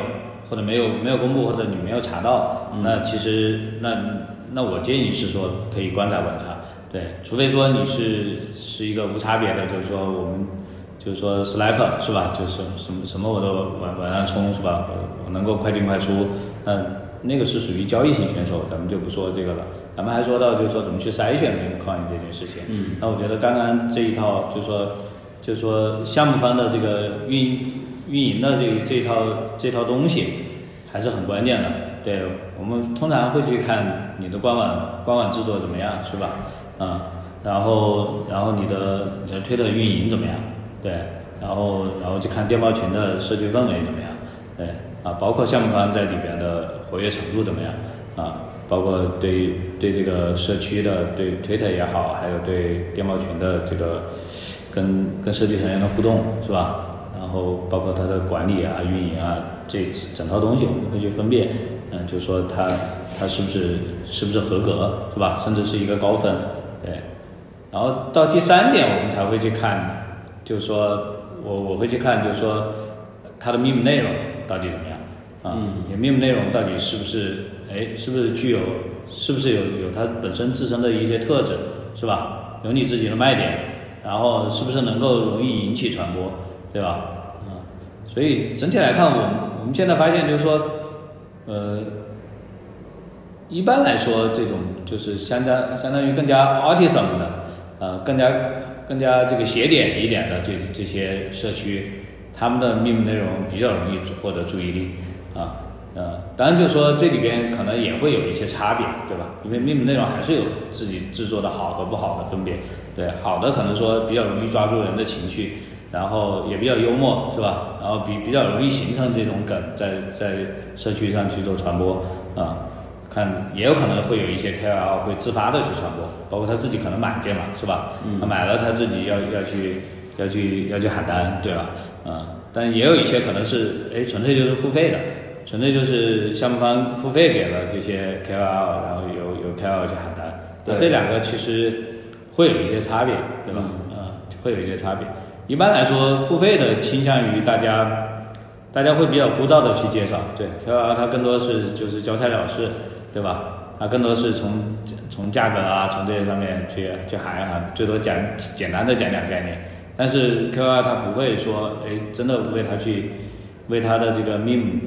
或者没有公布，或者你没有查到，那其实那我建议是说可以观察观察，对，除非说你是一个无差别的，就是说我们就是说 sniper 是吧？就是什么我都往上冲是吧？我能够快进快出，那个是属于交易型选手，咱们就不说这个了。咱们还说到就是说怎么去筛选meme coin这件事情。那我觉得刚刚这一套就是说项目方的这个运营的这套东西还是很关键的。对，我们通常会去看你的官网制作怎么样，是吧？然后你的推特运营怎么样？对，然后就看电报群的社区氛围怎么样？对。包括项目方在里边的活跃程度怎么样包括对这个社区的对推特也好，还有对电报群的这个跟社区成员的互动是吧？然后包括它的管理啊、运营啊，这整套东西我们会去分辨，就是说它是不是合格是吧？甚至是一个高分，对。然后到第3点我们才会去看，就是说我会去看，就是说它的meme内容到底怎么样。你meme内容到底是不是有它本身自身的一些特质，是吧？有你自己的卖点，然后是不是能够容易引起传播，对吧？所以整体来看，我们现在发现就是说，一般来说这种就是相当于更加 autism 的，更加这个斜点一点的这些社区，他们的meme内容比较容易获得注意力。当然就是说这里边可能也会有一些差别，对吧？因为meme内容还是有自己制作的好和不好的分别，对，好的可能说比较容易抓住人的情绪，然后也比较幽默，是吧？然后比较容易形成这种梗在社区上去做传播看也有可能会有一些 KOL 会自发的去传播，包括他自己可能买这嘛，是吧？他买了他自己要去喊单，对吧？但也有一些可能是纯粹就是付费的，纯粹就是项目方付费给了这些 KOL， 然后有 KOL 去喊单，这两个其实会有一些差别，对吧？会有一些差别。一般来说，付费的倾向于大家会比较枯燥的去介绍，对 KOL 它更多是就是交差了事，对吧？它更多是从价格啊，从这些上面去喊一喊，最多简单的讲概念。但是 KOL 他不会说，真的为他的这个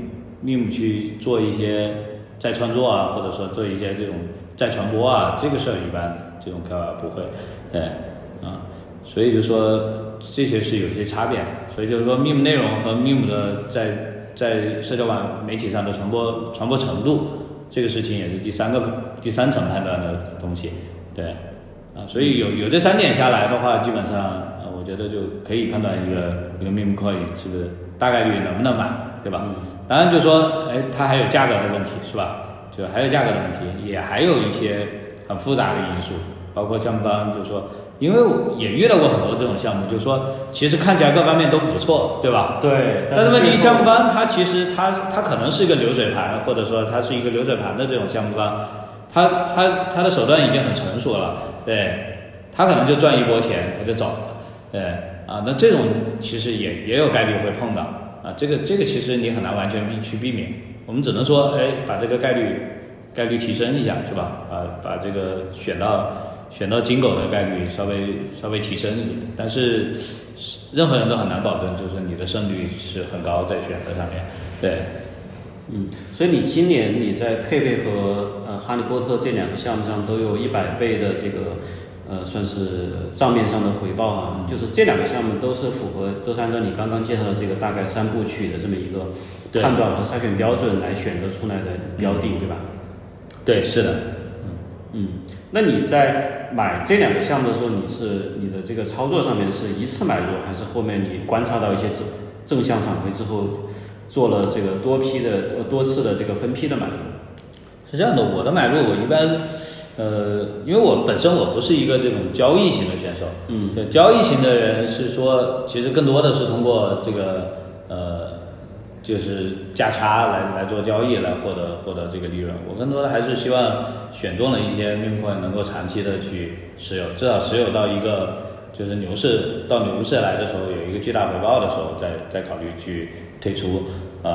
meme 去做一些再创作啊，或者说做一些这种再传播啊，这个事儿一般这种 KOL 不会，所以就说这些是有些差别，所以就是说 meme 内容和 meme 的在社交网媒体上的传播程度，这个事情也是第三层判断的东西，对，所以有这3点下来的话，基本上我觉得就可以判断一个meme coin是不是大概率能不能买，对吧？当然就说它还有价格的问题，是吧？就还有价格的问题，也还有一些很复杂的因素，包括项目方就是说，因为我也遇到过很多这种项目，就是说其实看起来各方面都不错，对吧？ 对。 但是问题项目方他其实他可能是一个流水盘，或者说他是一个流水盘的这种项目方，他的手段已经很成熟了，对，他可能就赚一波钱他就走了，对那这种其实也有概率会碰到这个其实你很难完全去避免，我们只能说把这个概率提升一下，是吧？把这个选到金狗的概率稍微提升一点，但是任何人都很难保证就是你的胜率是很高在选择上面，对。 所以你今年你在佩佩和哈利波特这2个项目上都有100倍的这个算是账面上的回报啊，就是这2个项目都是按照你刚刚介绍的这个大概3部曲的这么一个判断和筛选标准来选择出来的标的，对吧？ 对，是的。 那你在买这2个项目的时候，你的这个操作上面是一次买入，还是后面你观察到一些正向反馈之后，做了这个多次的这个分批的买入？ 是这样的，我的买入我一般，因为我本身我不是一个这种交易型的选手，就交易型的人是说，其实更多的是通过这个就是价差来做交易，来获得这个利润。我更多的还是希望选中了一些meme coin能够长期的去持有，至少持有到一个就是牛市来的时候有一个巨大回报的时候，再考虑去退出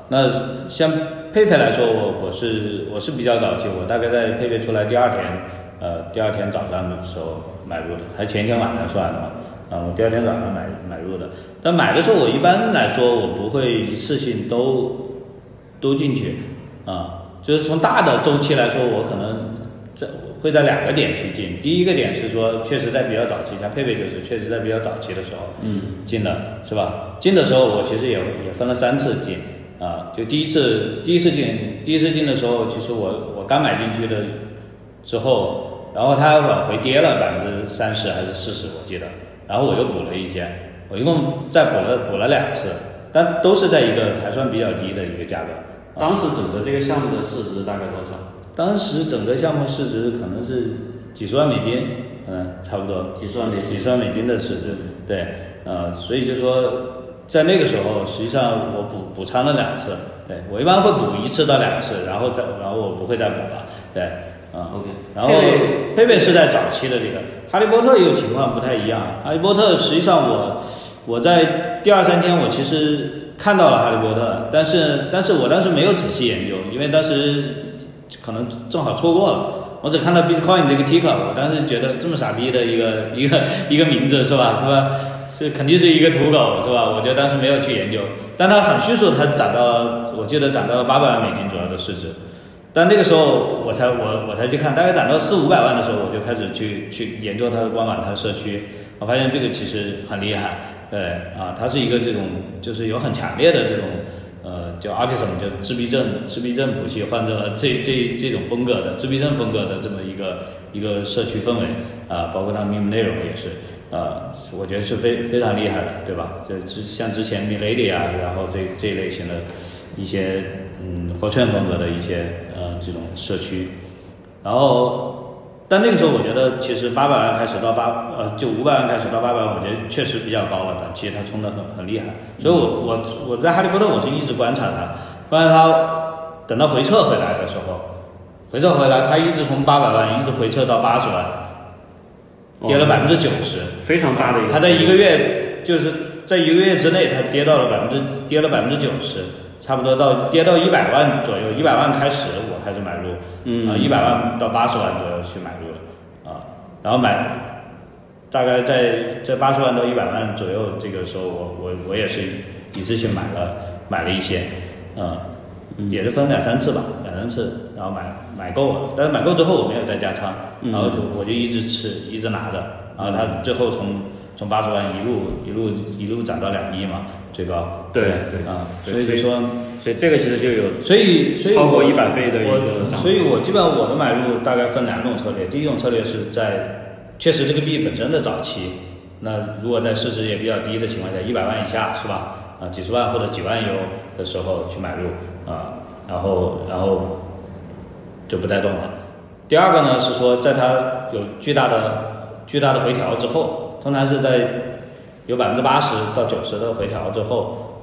那像佩佩来说，我是比较早期，我大概在佩佩出来第二天早上的时候买入的，还前一天晚上算的嘛。我第二天早上买入的，但买的时候我一般来说我不会一次性都进去就是从大的周期来说，我可能会在2个点去进。第一个点是说，确实在比较早期，像佩佩就是确实在比较早期的时候进的，是吧？进的时候我其实也分了3次进就第一次进的时候，其实我刚买进去的之后，然后它往回跌了30%还是40%，我记得。然后我又补了一些，我一共再补了2次，但都是在一个还算比较低的一个价格。 当时整个这个项目的市值大概多少？ 当时整个项目市值可能是几十万美金，差不多几十万美金的市值，对，所以就说在那个时候，实际上我补仓了2次，对，我一般会补1次到2次，然后我不会再补了，对。 OK， 然后佩佩是在早期的这个，哈利波特有情况不太一样。哈利波特实际上我在第2、3天我其实看到了哈利波特，但是我当时没有仔细研究，因为当时可能正好错过了，我只看到 Bitcoin 这个 ticker， 我当时觉得这么傻逼的一个名字是吧？是肯定是一个土狗是吧？我觉得当时没有去研究，但它很迅速，它我记得涨到了800万美金左右的市值。但那个时候我才去看，大概涨到400-500万的时候，我就开始去研究它的官网、它的社区，我发现这个其实很厉害，对它是一个这种就是有很强烈的这种叫 autism， 就自闭症谱系患者这种风格的自闭症风格的这么一个社区氛围包括它的 meme 内容也是我觉得是非常厉害的，对吧？就像之前 Milady 然后这一类型的一些Fortran 风格的一些这种社区，然后但那个时候我觉得其实800万开始到就500万开始到800万，我觉得确实比较高了的，其实它冲得很厉害，所以我在哈利波特我是一直观察它，等到回撤回来的时候，它一直从800万一直回撤到80万，跌了90%， 非常大的一个。 它在1个月就是在1个月之内，它跌了90%。差不多跌到100万左右，100万开始我开始买入，100万到80万左右去买入了然后大概在80万到100万左右这个时候，我也是一次性买了一些，也是分2-3次吧，2-3次，然后买够了，但是买够之后我没有再加仓，然后我就一直吃，一直拿着，然后它最后从80万一路涨到2亿嘛，最高。 对所以这个其实就有所以超过100倍的一个涨幅。 所以我基本上我的买入大概分2种策略，第一种策略是在确实这个币本身的早期，那如果在市值也比较低的情况下，100万以下是吧？几十万或者几万油的时候去买入然后就不带动了。第二个呢是说，在它有巨大的回调之后，通常是在有80%到90%的回调之后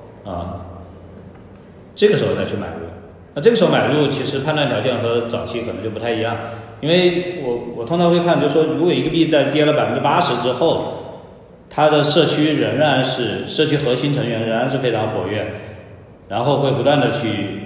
这个时候再去买入。那这个时候买入其实判断条件和早期可能就不太一样，因为我通常会看，就是说如果一个币在跌了80%之后，它的社区核心成员仍然是非常活跃，然后会不断的去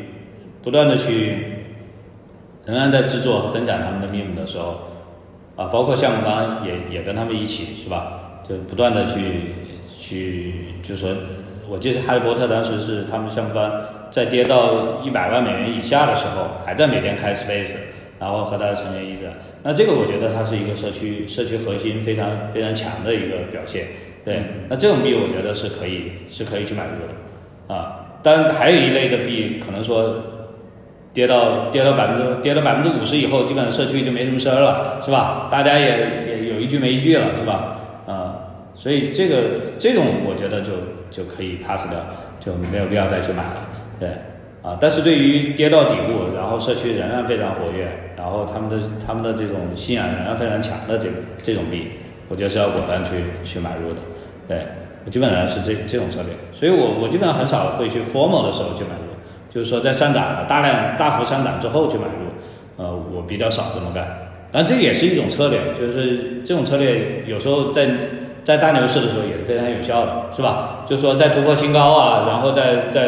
仍然在制作和分享他们的 meme 的时候包括项目方也跟他们一起是吧，就不断的去就是说，我记得哈利波特当时是他们项目方在跌到100万美元以下的时候，还在每天开 space， 然后和他的成员一直，那这个我觉得它是一个社区核心非常非常强的一个表现，对，那这种币我觉得是可以去买入的当然还有一类的币可能说跌到50%以后，基本上社区就没什么事儿了，是吧？大家也有一句没一句了，是吧？所以这种我觉得就可以 pass 掉，就没有必要再去买了，对但是对于跌到底部，然后社区仍然非常活跃，然后他们的这种信仰仍然非常强的这种币，我觉得是要果断去买入的，对，我基本上是这种策略，所以我基本上很少会去 formal 的时候去买入，就是说在上涨大幅上涨之后去买入，我比较少这么干，但这也是一种策略，就是这种策略有时候在大牛市的时候也是非常有效的，是吧？就是说在突破新高然后在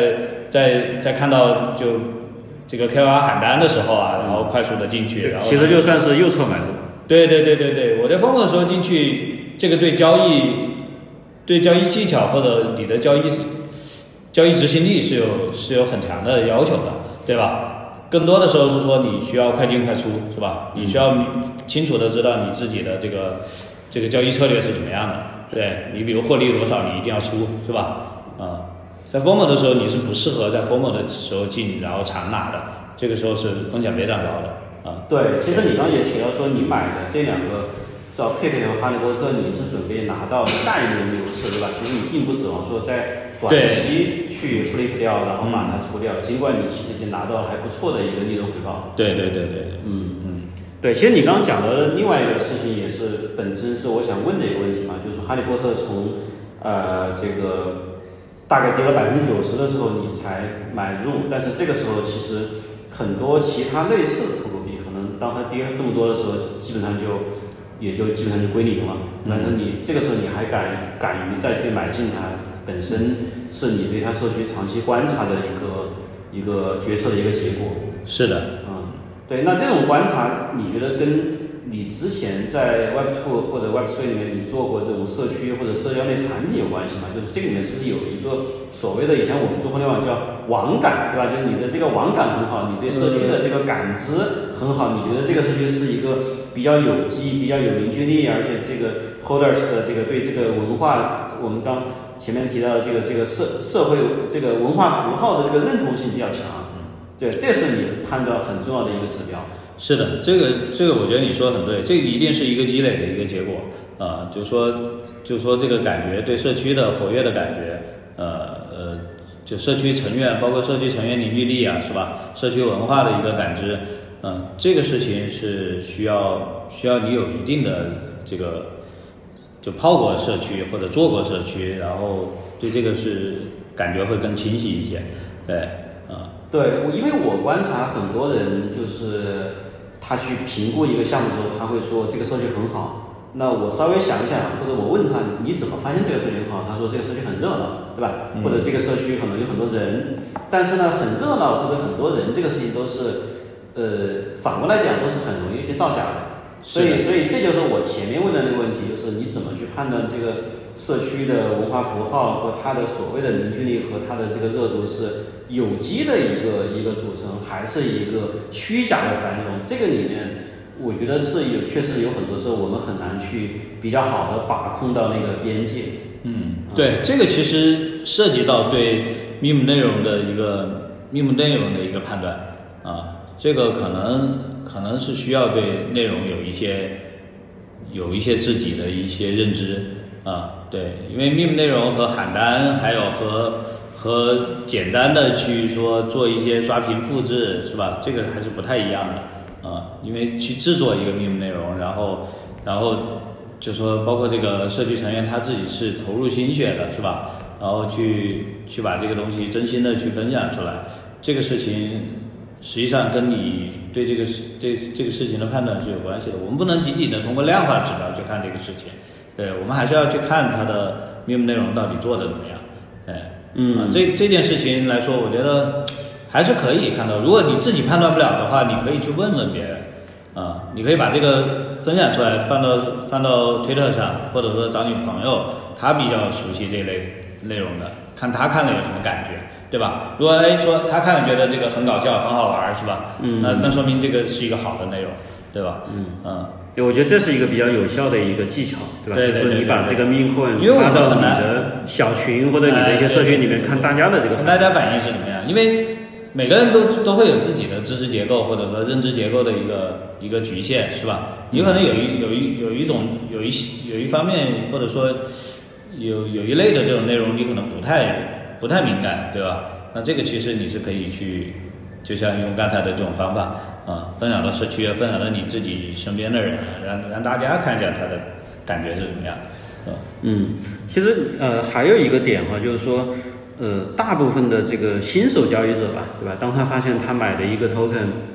在看到就这个 KOL 喊单的时候啊，然后快速的进去，然后其实就算是右侧买入。 对，我在FOMO的时候进去，这个对交易技巧或者你的交易执行力是有很强的要求的，对吧？更多的时候是说你需要快进快出，是吧？你需要清楚的知道你自己的这个交易策略是怎么样的，对你比如获利多少，你一定要出，是吧？在 FOMO 的时候你是不适合在 FOMO 的时候进，然后长拿的，这个时候是风险非常高的。 对，其实你刚刚也提到说你买的这两个，至少佩佩和哈利波特，你是准备拿到下一轮牛市，对吧？其实你并不指望说在短期去 flip 掉，然后把它出掉，尽管你其实已经拿到了还不错的一个利润回报。 对， 对，其实你刚刚讲的另外一个事情也是本身是我想问的一个问题嘛，就是说哈利波特从这个大概跌了90%的时候你才买入，但是这个时候其实很多其他类似的投股币，可能当它跌这么多的时候，基本上就归零了。但是你这个时候你还敢于再去买进它，本身是你对它社区长期观察的一个决策的一个结果。 是的， 对。那这种观察，你觉得跟你之前在 Web2 或者 Web3 里面你做过这种社区或者社交类产品有关系吗？就是这里面是不是有一个所谓的以前我们做互联网叫网感，对吧？就是你的这个网感很好，你对社区的这个感知很好，你觉得这个社区是一个比较有机、比较有凝聚力，而且这个 holders 的这个对这个文化，我们刚前面提到的这个社会这个文化符号的这个认同性比较强。对，这是你判断很重要的一个指标。 是的，这个我觉得你说的很对，这个一定是一个积累的一个结果就说这个感觉对社区的活跃的感觉，就社区成员包括社区成员凝聚力啊，是吧？社区文化的一个感知，这个事情是需要你有一定的这个就泡过社区或者做过社区，然后对这个是感觉会更清晰一些，对。 对，因为我观察很多人，就是他去评估一个项目的时候，他会说这个社区很好。那我稍微想一想，或者我问他你怎么发现这个社区很好？他说这个社区很热闹，对吧？或者这个社区可能有很多人，但是呢，很热闹或者很多人这个事情都是，反过来讲都是很容易去造假的。所以这就是我前面问的那个问题，就是你怎么去判断这个社区的文化符号和它的所谓的凝聚力和它的这个热度是有机的一个组成，还是一个虚假的繁荣？这个里面，我觉得确实有很多时候我们很难去比较好的把控到那个边界。 对，这个其实涉及到对 meme 内容的一个判断这个可能是需要对内容有一些自己的一些认知对，因为 meme 内容和喊单还有和简单的去说做一些刷屏复制，是吧？这个还是不太一样的因为去制作一个 meme 内容，然后就说包括这个社区成员他自己是投入心血的，是吧？然后去把这个东西真心的去分享出来，这个事情实际上跟你对这个事情的判断是有关系的。我们不能仅仅的通过量化指标去看这个事情，对，我们还是要去看它的 meme 内容到底做的怎么样。这件事情来说，我觉得还是可以看到。如果你自己判断不了的话，你可以去问问别人你可以把这个分享出来，放到 Twitter 上，或者说找你朋友，他比较熟悉这类内容的，看他看了有什么感觉，对吧？如果说他看了觉得这个很搞笑很好玩，是吧？那说明这个是一个好的内容，对吧？ 对，我觉得这是一个比较有效的一个技巧，对吧？ 对， 就是你把这个meme coin发到你的小群或者你的一些社群里面，看大家的这个大家反应是怎么样，因为每个人都会有自己的知识结构或者说认知结构的一个局限，是吧？你可能有一方面或者说有一类的这种内容你可能不太敏感，对吧？那这个其实你是可以去，就像用刚才的这种方法分享到社区，分享到你自己身边的人，让大家看一下他的感觉是怎么样的。 其实还有一个点就是说大部分的这个新手交易者吧，对吧？当他发现他买的一个 token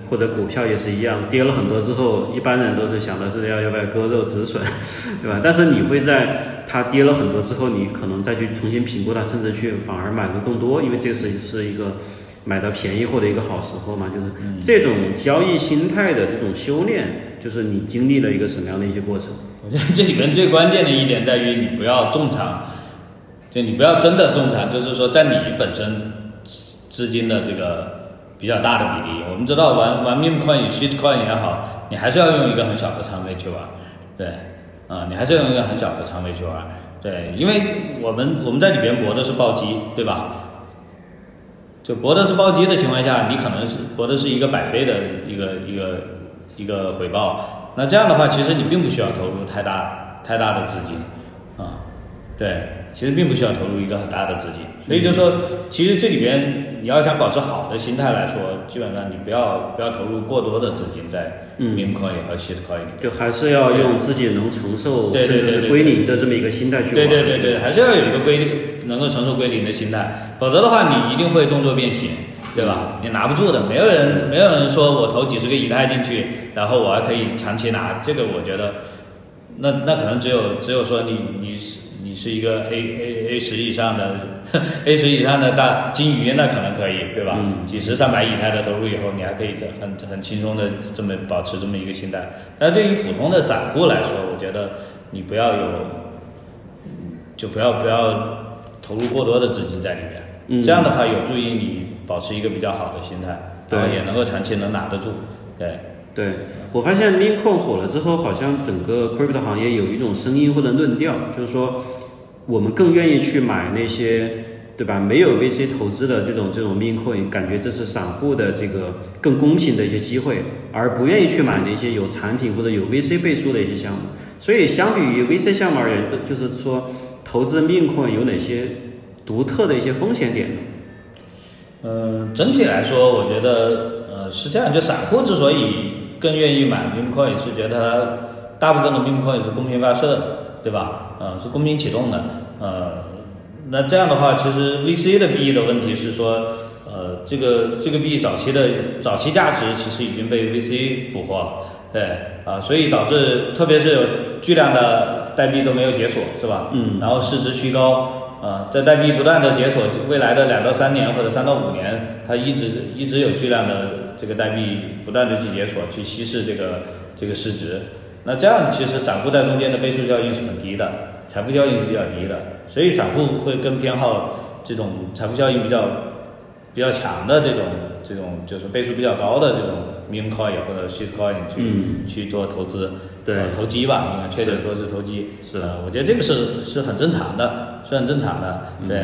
或者股票也是一样，跌了很多之后，一般人都是想的是要不要割肉止损，对吧？但是你会在它跌了很多之后，你可能再去重新评估它，甚至去反而买的更多，因为这是一个买到便宜货的一个好时候嘛。就是这种交易心态的这种修炼，就是你经历了一个什么样的一些过程？ 我觉得这里面最关键的一点在于你不要重仓，就你不要真的重仓，就是说在你本身资金的这个比较大的比例，我们知道玩 meme coin、shit coin 也好，你还是要用一个很小的仓位去玩，对，你还是要用一个很小的仓位去玩，对，因为我们在里边博的是暴击，对吧？就博的是暴击的情况下，你可能是博的是一个100倍的一个回报，那这样的话，其实你并不需要投入太大的资金，对，其实并不需要投入一个很大的资金，所以就说，其实这里边你要想保持好的心态来说，基本上你不要投入过多的资金在meme coin和 shit coin 里面， 就还是要用自己能承受甚至是归零的这么一个心态去玩。 对，还是要有一个能够承受归零的心态，否则的话你一定会动作变形，对吧？你拿不住的，没有人说我投几十个以太进去，然后我还可以长期拿，这个我觉得，那可能只有说你是一个 A10以上的A10以上的大金鱼，那可能可以，对吧？几十300以太的投入以后，你还可以很轻松的这么保持这么一个心态。但对于普通的散户来说，我觉得你不要投入过多的资金在里面，这样的话有助于你保持一个比较好的心态，然后也能够长期能拿得住， 对，我发现 meme coin 火了之后，好像整个 crypto 行业有一种声音或者论调，就是说我们更愿意去买那些，对吧？没有 VC 投资的这种 meme coin， 感觉这是散户的这个更公平的一些机会，而不愿意去买那些有产品或者有 VC 背书的一些项目。所以相比于 VC 项目而言，就是说投资 meme coin 有哪些独特的一些风险点呢？ 整体来说，我觉得是这样，就散户之所以更愿意买 meme coin， 是觉得它大部分的 meme coin 是公平发射的，对吧？是公平启动的。那这样的话，其实 VC 的币的问题是说，这个币早期价值其实已经被 VC 捕获了，对所以导致特别是有巨量的代币都没有解锁，是吧？然后市值虚高。在代币不断的解锁，未来的2到3年或者3到5年，它一直有巨量的这个代币不断的去解锁，去稀释这个市值。那这样其实散户在中间的倍数效应是很低的，财富效应是比较低的，所以散户会更偏好这种财富效应比较强的这种就是倍数比较高的这种 meme coin 或者 shit coin 去做投资，投机吧，应该确切说是投机。 是我觉得这个是很正常的，对，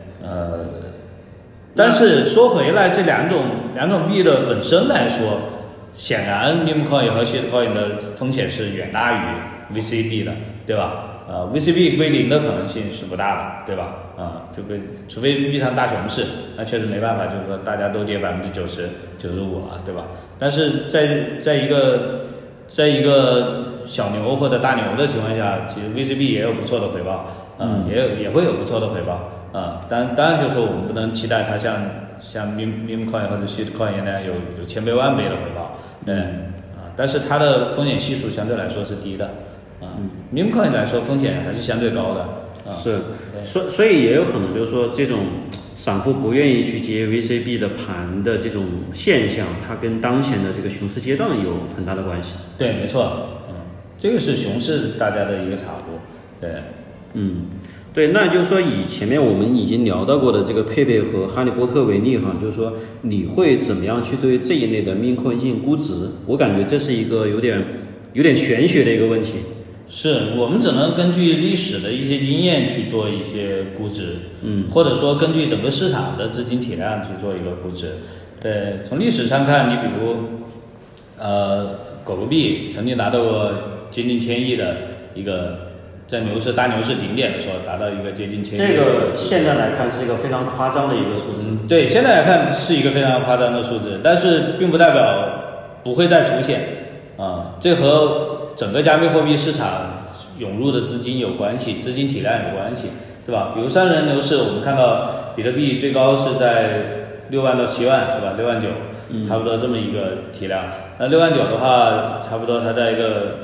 但是说回来，这两种币的本身来说，显然 meme coin 和 shit coin 的风险是远大于 VC 币的，对吧？VC 币归零的可能性是不大的，对吧？这个除非遇上大熊市，那确实没办法，就是说大家都跌90%、95%了，对吧？但是在一个小牛或者大牛的情况下，其实 VC 币也有不错的回报，也会有不错的回报，当然就是说我们不能期待它像 meme coin 或者 shit coin 那样有千倍万倍的回报，但是它的风险系数相对来说是低的。meme coin 来说风险还是相对高的， 所以也有可能就是说这种散户不愿意去接 VC 币的盘的这种现象，它跟当前的这个熊市阶段有很大的关系。 对，没错，这个是熊市大家的一个产物，对， 对，那就是说以前面我们已经聊到过的这个佩佩和哈利波特为例哈，就是说你会怎么样去对这一类的meme coin进行估值？我感觉这是一个有点玄学的一个问题。 是我们只能根据历史的一些经验去做一些估值，或者说根据整个市场的资金体量去做一个估值。对，从历史上看，你比如，狗狗币曾经达到过接近1000亿的一个，在大牛市顶点的时候达到一个接近1000亿。 这个现在来看是一个非常夸张的一个数字。 对，现在来看是一个非常夸张的数字，但是并不代表不会再出现这和整个加密货币市场涌入的资金有关系，资金体量有关系，对吧？比如3人牛市，我们看到比特币最高是在6万到7万，是吧？6万9， 差不多这么一个体量。那6.9的话，差不多它在一个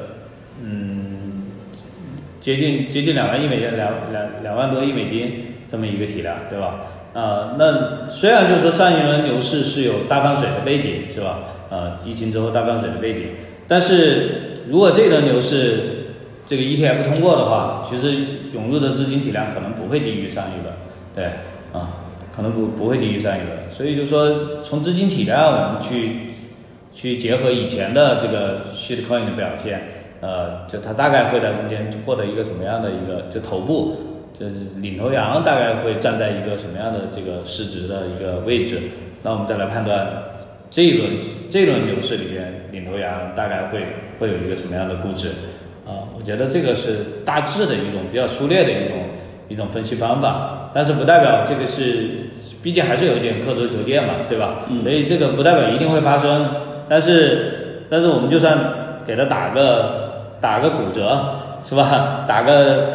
接近2万亿美金，2万多亿美金这么一个体量，对吧？那虽然就是说上一轮牛市是有大放水的背景，是吧？疫情之后大放水的背景，但是如果这轮牛市这个 ETF 通过的话，其实涌入的资金体量可能不会低于上一轮，对可能不会低于上一轮，所以就是说从资金体量我们去结合以前的这个 shitcoin 的表现，就它大概会在中间获得一个什么样的一个就头部。就是领头羊大概会站在一个什么样的这个市值的一个位置，那我们再来判断这一轮牛市里边领头羊大概会有一个什么样的估值我觉得这个是大致的一种比较粗略的一种分析方法，但是不代表这个是，毕竟还是有一点刻舟求剑嘛，对吧？所以这个不代表一定会发生，但是我们就算给它打个骨折，是吧？打个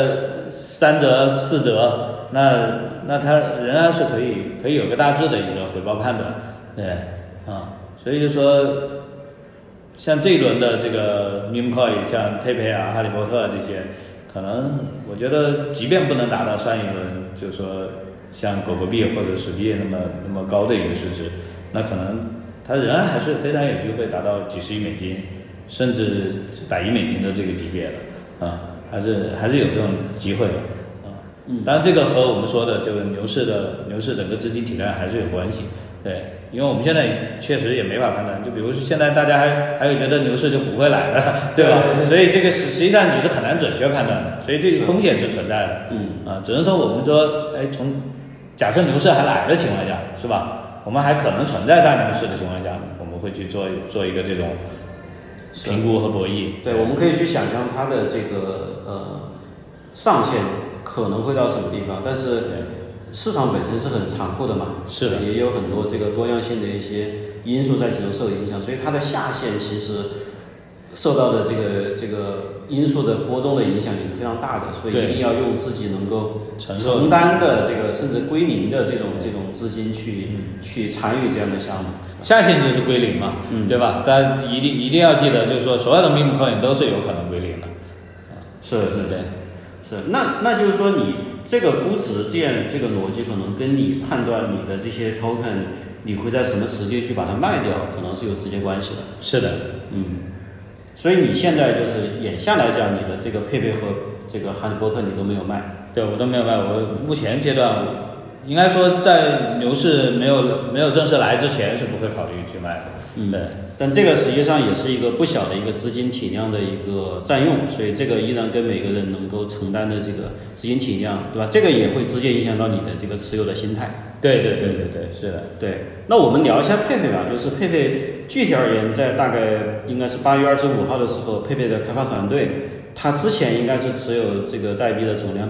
3折4折，那它仍然是可以有个大致的一个回报判断，对所以就说像这一轮的这个 meme coin， 像佩佩哈利波特这些，可能我觉得即便不能达到上一轮，就是说像狗狗币或者史币那么高的一个市值，那可能它仍然还是非常有机会达到几十亿美金，甚至100亿美金的这个级别的还是有这种机会的当然这个和我们说的这个牛市整个资金体量还是有关系，对，因为我们现在确实也没法判断，就比如说现在大家还有觉得牛市就不会来的，对吧？所以这个实际上你是很难准确判断的，所以这个风险是存在的，只能说我们说，从假设牛市还来的情况下，是吧？我们还可能存在大牛市的情况下，我们会去做一个这种评估和博弈。 对，我们可以去想象它的这个上限可能会到什么地方，但是市场本身是很残酷的嘛， 是的， 也有很多这个多样性的一些因素在其中受影响，所以它的下限其实受到的这个因素的波动的影响也是非常大的，所以一定要用自己能够承担的这个甚至归零的这种资金去参与这样的项目。 下限就是归零嘛，对吧？大家一定要记得，就是说所有的 meme coin 都是有可能归零的。 是，那就是说你这个估值这个逻辑可能跟你判断你的这些 token 你会在什么时间去把它卖掉，可能是有直接关系的。 是的， 所以你现在就是眼下来讲，你的这个佩佩和这个哈利波特你都没有卖。 对，我都没有卖。我目前阶段应该说在牛市没有正式来之前是不会考虑去卖的。对。 但这个实际上也是一个不小的一个资金体量的一个占用，所以这个依然跟每个人能够承担的这个资金体量，对吧？这个也会直接影响到你的这个持有的心态。 对，是的。 对，那我们聊一下佩佩吧，就是佩佩具体而言，在大概应该是8月25号的时候，佩佩的开发团队，他之前应该是持有这个代币的总量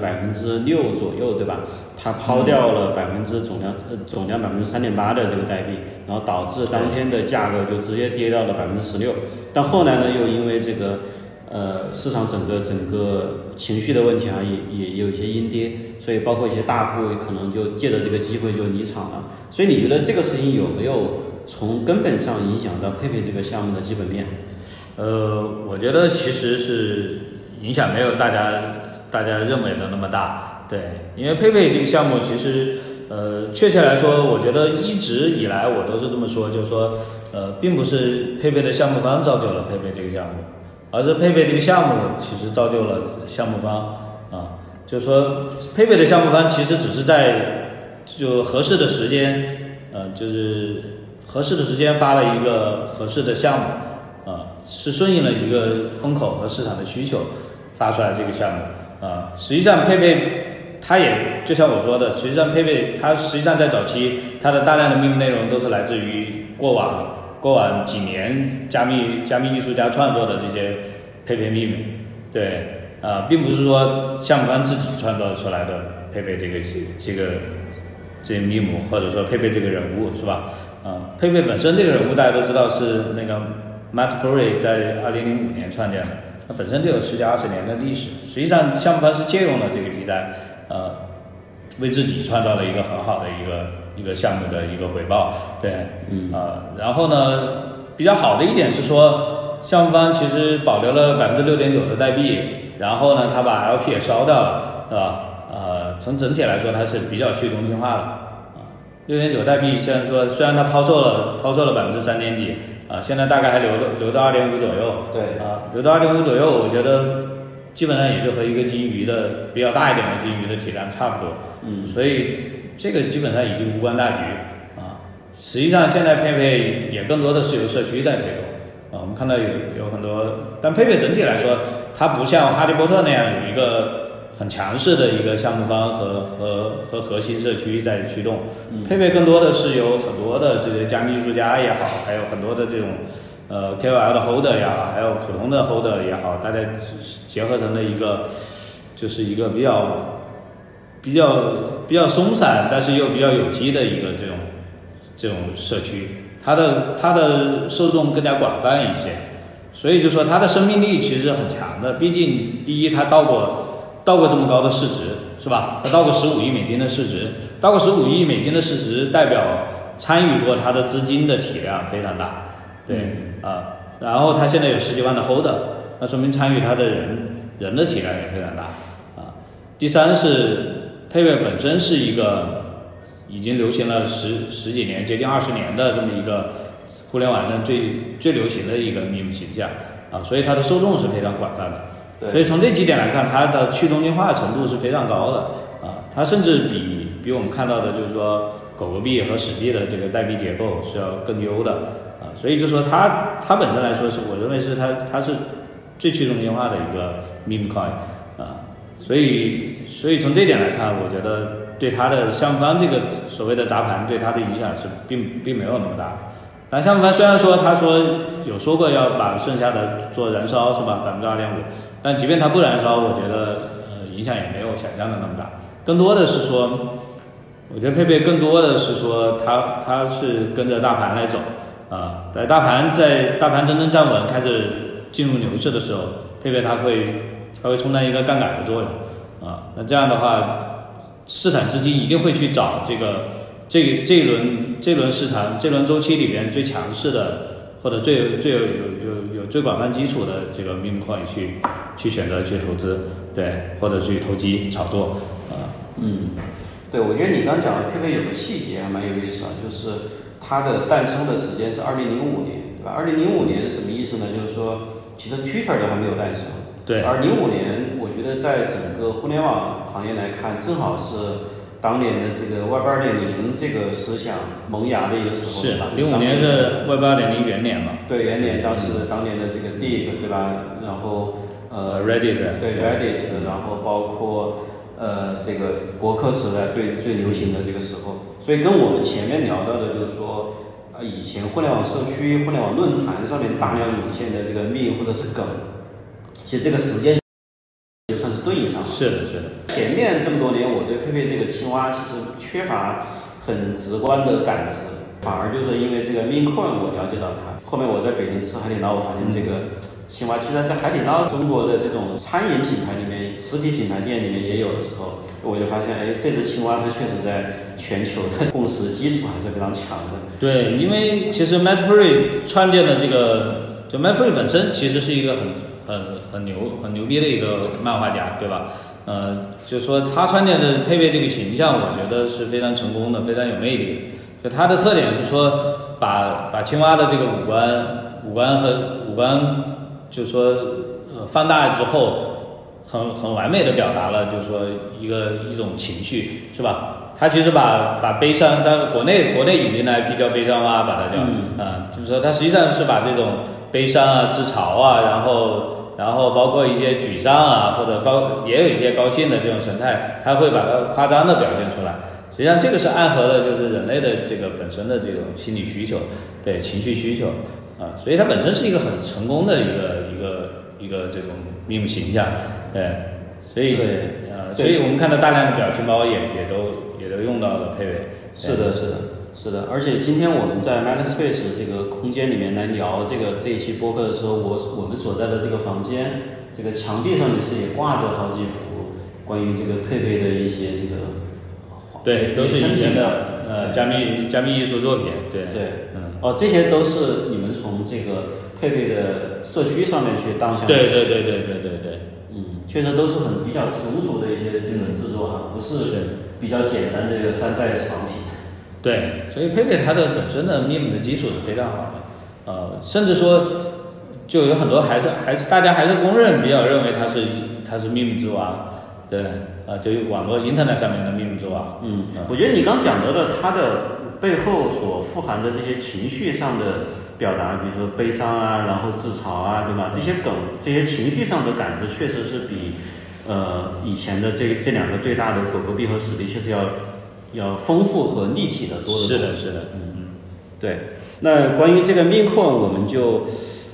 6%左右，对吧？他抛掉了总量3.8%的这个代币，然后导致当天的价格就直接跌到了16%。但后来呢，又因为这个市场整个情绪的问题也有一些阴跌，所以包括一些大户可能就借着这个机会就离场了。所以你觉得这个事情有没有从根本上影响到佩佩这个项目的基本面？ 我觉得其实是影响没有大家认为的那么大。对，因为佩佩这个项目其实确切来说，我觉得一直以来我都是这么说，就是说并不是佩佩的项目方造就了佩佩这个项目，而是佩佩这个项目其实造就了项目方就是说佩佩的项目方其实只是在就合适的时间就是合适的时间发了一个合适的项目是顺应了一个风口和市场的需求发出来这个项目实际上佩佩它也就像我说的，实际上佩佩它实际上在早期它的大量的meme内容都是来自于过往几年加密艺术家创作的这些佩佩meme，对并不是说项目方自己创造出来的佩佩这些meme，或者说佩佩这个人物是吧？佩佩本身这个人物大家都知道是那个 Matt Furey 在2005年创建的，它本身就有10几20年的历史。实际上项目方是借用了这个题材为自己创造了一个很好的项目的一个回报，对，然后呢，比较好的一点是说，项目方其实保留了6.9%的代币，然后呢，他把 LP 也烧掉了，是吧？从整体来说，它是比较去中心化的，6.9代币，虽然它抛售了3点几，现在大概还留到2.5左右， 对， 留到2.5左右，我觉得基本上也就和一个金鱼的比较大一点的金鱼的体量差不多，所以这个基本上已经无关大局实际上现在佩佩也更多的是由社区在推动我们看到有很多，但佩佩整体来说，它不像哈利波特那样有一个很强势的一个项目方和核心社区在驱动，佩佩更多的是有很多的这些加密艺术家也好，还有很多的这种KOL 的 holder 也好，还有普通的 holder 也好，大家结合成了一个就是一个比较松散，但是又比较有机的一个这种社区，它的受众更加广泛一些，所以就说它的生命力其实很强的。毕竟第一，它到过这么高的市值，是吧？它到过15亿美金的市值，到过15亿美金的市值，代表参与过它的资金的体量非常大，对然后它现在有10几万的 holder， 那说明参与它的人的体量也非常大第三是佩佩本身是一个已经流行了十几年，接近20年的这么一个互联网上最流行的一个 meme 形象所以它的受众是非常广泛的。所以从这几点来看，它的去中心化程度是非常高的它甚至比我们看到的就是说狗狗币和史币的这个代币结构是要更优的所以就说它本身来说是我认为是它是最去中心化的一个 meme coin所以从这点来看，我觉得对它的项目方这个所谓的砸盘对它的影响是并没有那么大。但项目方虽然说他有说过要把剩下的做燃烧是吧2.5%，但即便他不燃烧，我觉得影响也没有想象的那么大。更多的是说，我觉得佩佩更多的是说他是跟着大盘来走在大盘真正站稳开始进入牛市的时候，佩佩它会充当一个杠杆的作用那这样的话，市场资金一定会去找这一轮市场这轮周期里边最强势的或者最有最广泛基础的这个 meme coin 去选择去投资，对，或者去投机炒作对，我觉得你刚讲的佩佩有个细节还蛮有意思就是它的诞生的时间是2005年，对吧？2005年是什么意思呢？就是说，其实 Twitter 都还没有诞生。 对。 而05年，我觉得在整个互联网行业来看，正好是当年的这个 Web 2.0这个思想萌芽的一个时候。 是05年是 Web 2.0元年嘛？ 对，元年，当年的这个 Dig 对吧？然后 Reddit 对 Reddit， 然后包括这个博客时代最流行的这个时候，所以跟我们前面聊到的就是说，以前互联网社区、互联网论坛上面大量涌现的这个meme或者是梗，其实这个时间也算是对应上了。 是的。 前面这么多年，我对佩佩这个青蛙其实缺乏很直观的感知，反而就是因为这个meme coin我了解到它。后面我在北京吃海底捞，我发现这个青蛙居然在海底捞中国的这种餐饮品牌里面、实体品牌店里面也有的时候，我就发现，这只青蛙它确实在全球的共识基础还是非常强的。 对，因为其实 Matt Free 创建的就 Matt Free 本身其实是一个很牛逼的一个漫画家，对吧？就说他创建的佩佩这个形象，我觉得是非常成功的，非常有魅力的。就他的特点是说，把青蛙的这个五官就是说放大之后，很完美的表达了，就是说一种情绪，是吧？他其实把悲伤，但国内引进的 IP 叫悲伤蛙，把它叫就是说他实际上是把这种悲伤自嘲然后包括一些沮丧或者也有一些高兴的这种神态，他会把它夸张的表现出来。实际上这个是暗合的就是人类的这个本身的这种心理需求，对，情绪需求所以它本身是一个很成功的一个这种 meme 形象，对，所以所以我们看到大量的表情包也都用到了佩佩。 是的，而且今天我们在 Matter Space 这个空间里面来聊这一期播客的时候，我们所在的这个房间，这个墙壁上面是也挂着好几幅关于这个佩佩的一些这个对，都是以前的加密艺术作品，对， 这些都是你们从这个佩佩的社区上面去当下的。 对， 确实都是比较成熟的一些这个制作哈，不是比较简单的一个山寨产品。 对，所以佩佩它的本身的 meme 的基础是非常好的，甚至说就有很多还是大家还是公认比较认为它是 meme 之王，对，就网络 internet 上面的 meme 之王。 我觉得你刚讲到的它的背后所富含的这些情绪上的表达，比如说悲伤啊，然后自嘲啊，对吧？这些梗，这些情绪上的感知，确实是比以前的这两个最大的狗狗币和史币确实要丰富和立体的多得多。 是的， 对。那关于这个meme coin，我们就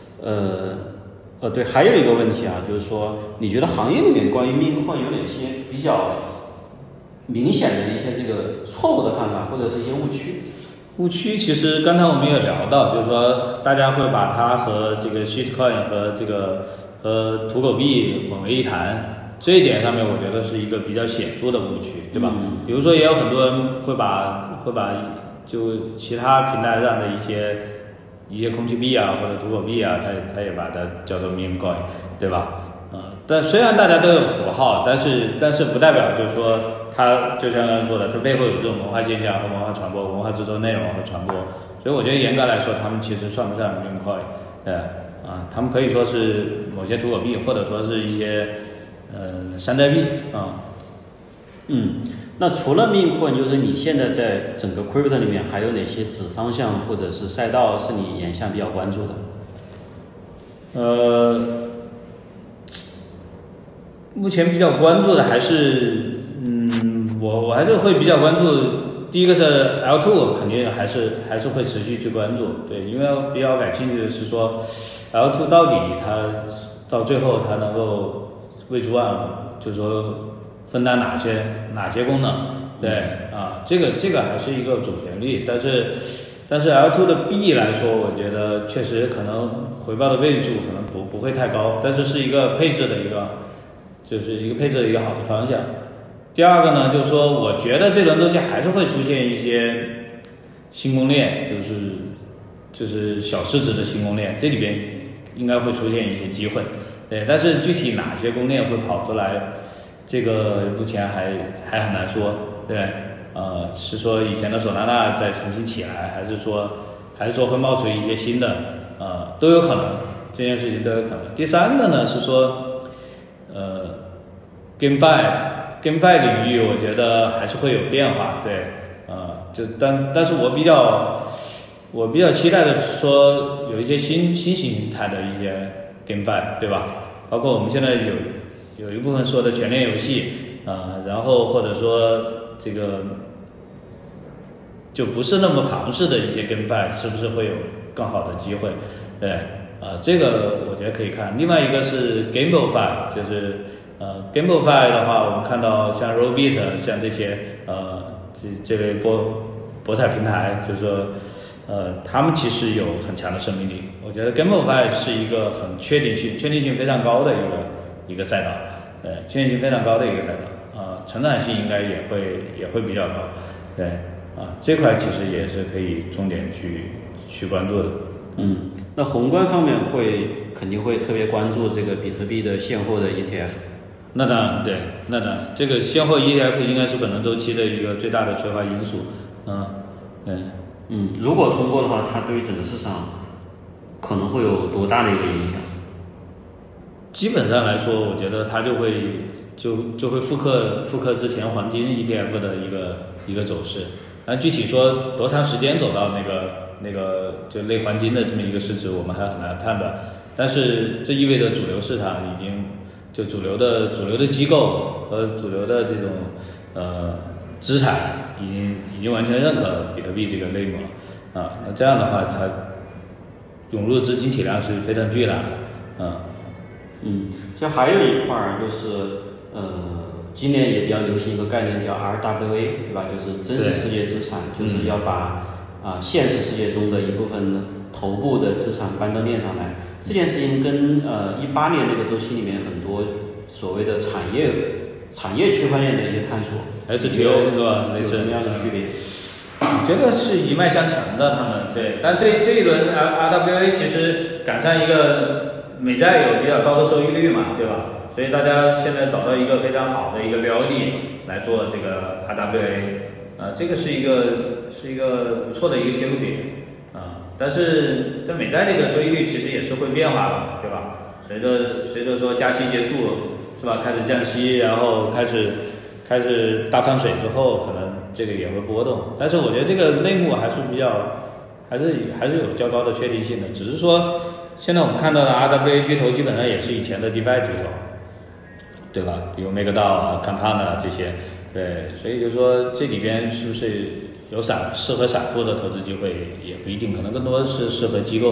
对，还有一个问题啊，就是说，你觉得行业里面关于meme coin有哪些比较明显的一些这个错误的看法，或者是一些误区？ 误区其实刚才我们也聊到，就是说大家会把它和这个 shitcoin 和土狗币混为一谈，这一点上面我觉得是一个比较显著的误区，对吧？比如说也有很多人会把就其他平台上的一些空气币啊或者土狗币啊，他也把它叫做 meme coin， 对吧？但虽然大家都有符号，但是不代表就是说它就像刚才说的，它背后有这种文化现象和文化传播、文化制作内容和传播，所以我觉得严格来说，他们其实算不上 meme coin，他们可以说是某些土狗币，或者说是一些山寨币啊。 那除了meme coin，就是你现在在整个 crypto 里面还有哪些子方向或者是赛道是你眼下比较关注的？ 目前比较关注的还是，我还是会比较关注。第一个是 L2， 肯定还是会持续去关注，对，因为比较感兴趣的是说 L2 到底它到最后它能够为主网就是说分担哪些功能，对啊，这个还是一个主旋律，但是 L2 的 B 来说，我觉得确实可能回报的倍数可能不会太高，但是一个配置的一个好的方向。第二个呢，就是说我觉得这轮周期还是会出现一些新公链，就是小市值的新公链，这里边应该会出现一些机会，对，但是具体哪些公链会跑出来，这个目前还很难说，对，是说以前的索纳纳再重新起来，还是说会冒出一些新的，都有可能，这件事情都有可能。第三个呢是说GameFi 领域，我觉得还是会有变化，对，但是我比较期待的是说有一些新形态的一些 GameFi， 对吧？包括我们现在有一部分说的全链游戏，然后或者说这个就不是那么庞氏的一些GameFi，是不是会有更好的机会？对，这个我觉得可以看。另外一个是 GameFi， 就是GameFi 的话，我们看到像 Rollbit 像这些这类博彩平台，就是说他们其实有很强的生命力。我觉得 GameFi 是一个很确定性非常高的一个赛道，对，确定性非常高的一个赛道，成长性应该也会比较高，对，这块其实也是可以重点去关注的。 那宏观方面肯定会特别关注这个比特币的现货的 ETF。 那当然，对，那当然，这个现货 ETF 应该是本轮周期的一个最大的催化因素。 如果通过的话，它对于整个市场可能会有多大的一个影响？ 基本上来说，我觉得它就会复刻之前黄金 ETF 的一个走势。但具体说多长时间走到那个就类黄金的这么一个市值，我们还很难判断。但是这意味着主流市场已经就主流的机构和主流的这种资产已经完全认可比特币这个类目了那这样的话，它涌入资金体量是非常巨大的像还有一块就是今年也比较流行一个概念叫 RWA， 对吧？就是真实世界资产，就是要把现实世界中的一部分头部的资产搬到链上来。这件事情跟18年那个周期里面很多所谓的产业区块链的一些探索 ，STO 是吧？ 有什么样的区别？ 我觉得是一脉相承的，他们对。但这一轮 RWA 其实赶上一个美债有比较高的收益率嘛，对吧？所以大家现在找到一个非常好的一个标的来做这个 RWA，这个是一个不错的一个切入点啊。但是在美债这个收益率其实也是会变化的嘛，对吧？随着说加息结束是吧，开始降息，然后开始大放水之后，可能这个也会波动。但是我觉得这个内幕还是有较高的确定性的，只是说现在我们看到的 RWA 巨头基本上也是以前的 DeFi 巨头，对吧？比如 MakerDAO啊、Campana 这些，对，所以就说这里边是不是有适合散户的投资机会也不一定，可能更多是适合机构，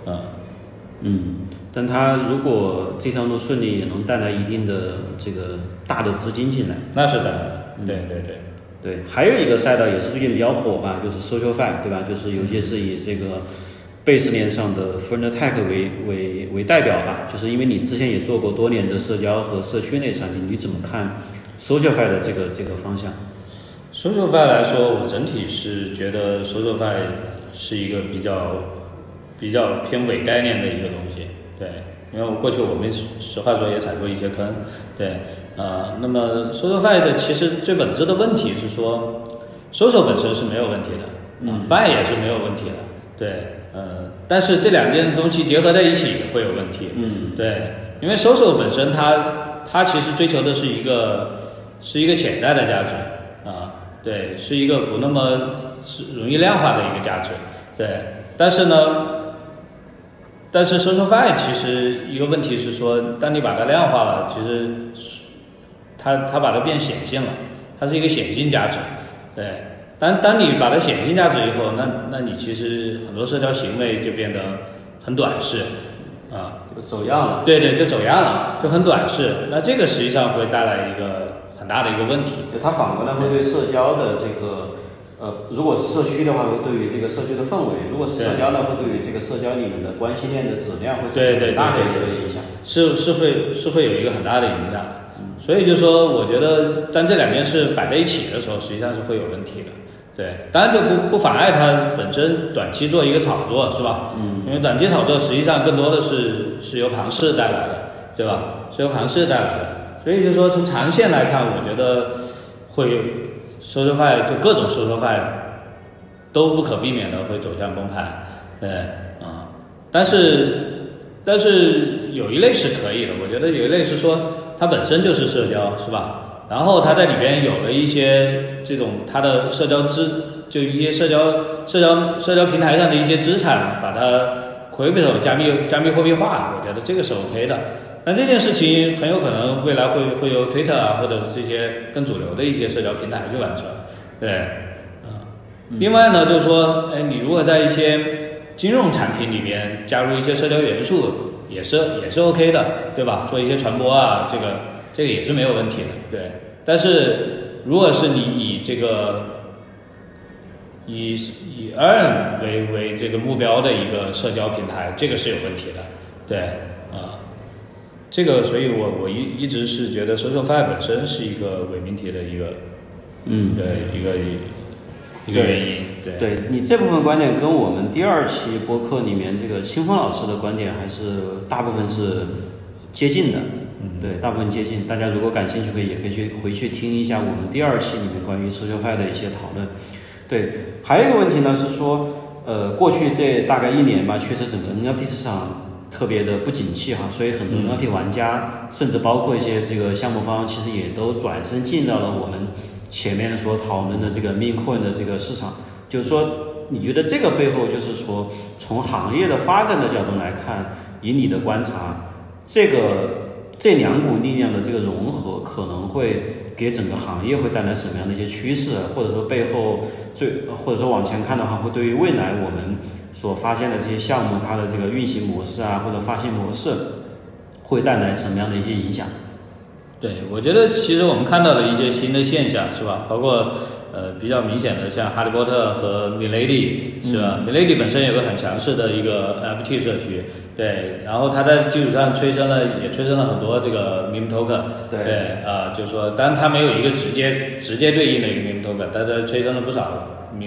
但它如果这条路顺利，也能带来一定的这个大的资金进来。 那是的，对。 还有一个赛道也是最近比较火吧，就是 SocialFi， 对吧？就是尤其是以这个贝斯链上的 FriendTech 为代表吧，就是因为你之前也做过多年的社交和社区类产品，你怎么看 SocialFi 的这个方向 ？SocialFi 来说，我整体是觉得 SocialFi 是一个比较偏伪概念的一个东西。对，因为过去我们实话说也踩过一些坑，对，那么 SocialFi 的其实最本质的问题是说 ，Social 本身是没有问题的，Fi 也是没有问题的，对，但是这两件东西结合在一起会有问题，对，因为 Social 本身它其实追求的是一个潜在的价值对，是一个不那么容易量化的一个价值，对，但是 SocialFi 其实一个问题是说，当你把它量化了，其实它把它变显性了，它是一个显性价值，对。当你把它显性价值以后，那你其实很多社交行为就变得很短视， 就走样了。 对，就走样了，就很短视。那这个实际上会带来一个很大的一个问题。 就它反过来会对社交的这个。如果是社区的话，会对于这个社区的氛围；如果是社交呢，会对于这个社交里面的关系链的质量会产生很大的一个影响。 是会有一个很大的影响。所以就说，我觉得当这两件事摆在一起的时候，实际上是会有问题的。对，当然就不妨碍它本身短期做一个炒作，是吧？因为短期炒作实际上更多的是由庞氏带来的，对吧？是由庞氏带来的。所以就说从长线来看，我觉得会有。SocialFi 就各种 SocialFi 都不可避免的会走向崩盘，对但是有一类是可以的，我觉得有一类是说它本身就是社交，是吧？然后它在里边有了一些这种它的社交就一些社交平台上的一些资产，把它 Crypto 加密货币化，我觉得这个是 OK 的。但这件事情很有可能未来会由 Twitter 或者这些更主流的一些社交平台去完成，对，另外呢，就是说，你如果在一些金融产品里面加入一些社交元素，也是 OK 的，对吧？做一些传播啊，这个也是没有问题的，对。但是如果是你以这个以 Earn 为这个目标的一个社交平台，这个是有問題的，对这个所以我一直是觉得 SocialFi 本身是一个伪命题的一个一个原因。 对你这部分观点跟我们第2期播客里面这个清风老师的观点还是大部分是接近的。对，大部分接近。大家如果感兴趣，也可以回去听一下我们第2期里面关于 SocialFi 的一些讨论。对，还有一个问题呢是说，过去这大概1年吧，确实整个 NFT 市场特别的不景气哈，所以很多 NFT 玩家，甚至包括一些这个项目方，其实也都转身进到了我们前面所讨论的这个 meme coin 的这个市场。就是说，你觉得这个背后就是说，从行业的发展的角度来看，以你的观察，这两股力量的这个融合可能会给整个行业会带来什么样的一些趋势，或者说背后或者说往前看的话，会对于未来我们所发现的这些项目它的这个运行模式啊，或者发行模式会带来什么样的一些影响？ 对，我觉得其实我们看到的一些新的现象是吧，包括比较明显的像哈利波特和 Milady 是吧？Milady 本身有个很强势的一个 NFT 社区，对，然后它在基础上也催生了很多这个 meme token， 对就是说，当然它没有一个直接对应的一个 meme token，但是催生了不少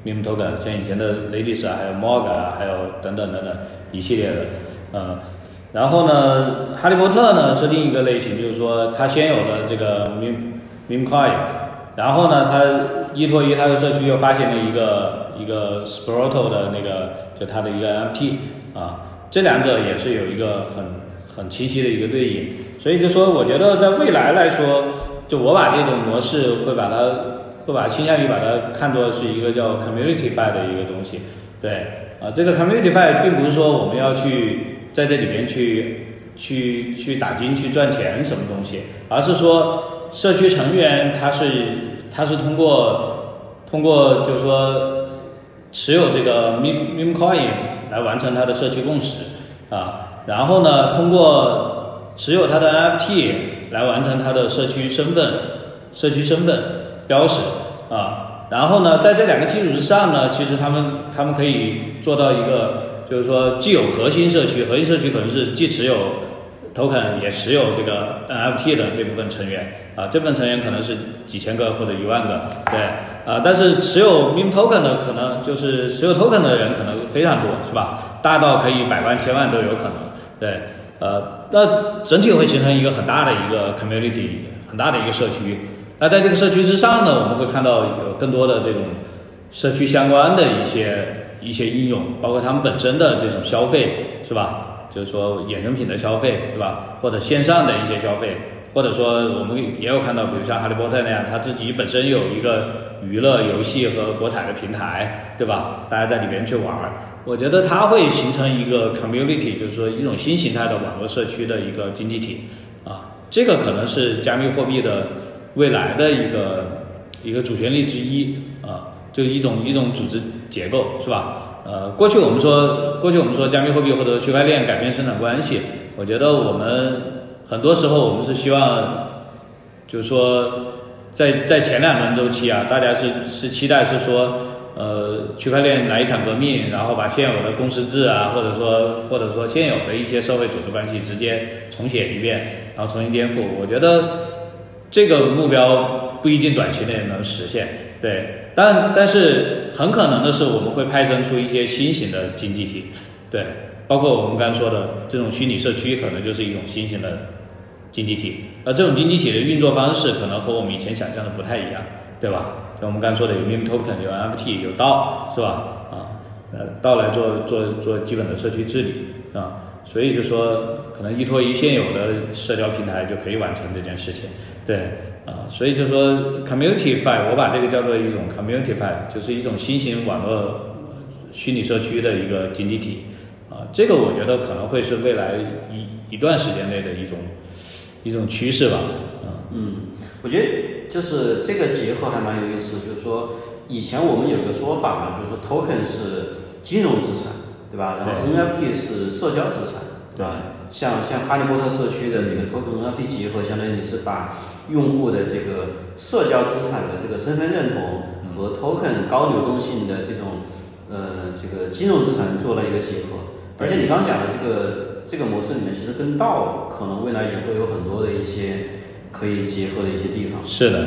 meme token， 像以前的 Ladies 啊，还有 Morg 啊，还有等等一系列的，然后呢，哈利波特呢是另一个类型，就是说它先有了这个 meme coin， 然后呢，它依托于它的社区又发行了一个 Sproto 的那个就它的一个 NFT 啊，这两者也是有一个很清晰的一个对应，所以就说我觉得在未来来说，就我把这种模式会把倾向于把它看作是一个叫 community-fi 的一个东西，对这个 community-fi 并不是说我们要去在这里边去打金去赚钱什么东西，而是说社区成员他是通过就是说持有这个 meme coin 来完成他的社区共识啊，然后呢通过持有他的 NFT 来完成他的社区身份标识啊，然后呢在这两个基础之上呢，其实他们可以做到一个就是说既有核心社区可能是既持有 token 也持有这个 NFT 的这部分成员啊，这部分成员可能是几千个或者1万个，对但是持有 meme token 的可能就是持有 token 的人可能非常多，是吧？大到可以百万千万都有可能，对那整体会形成一个很大的一个 community， 很大的一个社区。那在这个社区之上呢，我们会看到有更多的这种社区相关的一些应用，包括他们本身的这种消费，是吧？就是说衍生品的消费，是吧？或者线上的一些消费，或者说我们也有看到，比如像哈利波特那样，他自己本身有一个娱乐游戏和博彩的平台，对吧？大家在里边去玩，我觉得它会形成一个 community， 就是说一种新形态的网络社区的一个经济体啊，这个可能是加密货币的未来的一个主旋律之一啊，就一种组织结构，是吧？过去我们说加密货币或者区块链改变生产关系，我觉得我们很多时候我们是希望，就是说在前2轮周期啊，大家是期待是说，区块链来一场革命，然后把现有的公司制啊，或者说现有的一些社会组织关系直接重写一遍，然后重新颠覆。我觉得这个目标不一定短期内能实现，对，但是很可能的是我们会派生出一些新型的经济体，对，包括我们刚才说的这种虚拟社区，可能就是一种新型的经济体，而这种经济体的运作方式可能和我们以前想象的不太一样，对吧？像我们刚才说的有 meme token， 有 NFT， 有道，是吧？道来做基本的社区治理啊，所以就说可能依托于现有的社交平台就可以完成这件事情，对所以就说 community-fi， 我把这个叫做一种 community-fi， 就是一种新型网络虚拟社区的一个经济体这个我觉得可能会是未来一段时间内的一种趋势吧。 我觉得就是这个结合还蛮有意思，就是说以前我们有一个说法嘛，就是说 token 是金融资产，对吧？然后 NFT 是社交资产，对吧？像哈利波特社区的这个 token NFT 结合，相当于你是把用户的这个社交资产的这个身份认同和 token 高流动性的这种这个金融资产做了一个结合。而且你刚讲的这个模式里面，其实跟道可能未来也会有很多的一些可以结合的一些地方。 是的，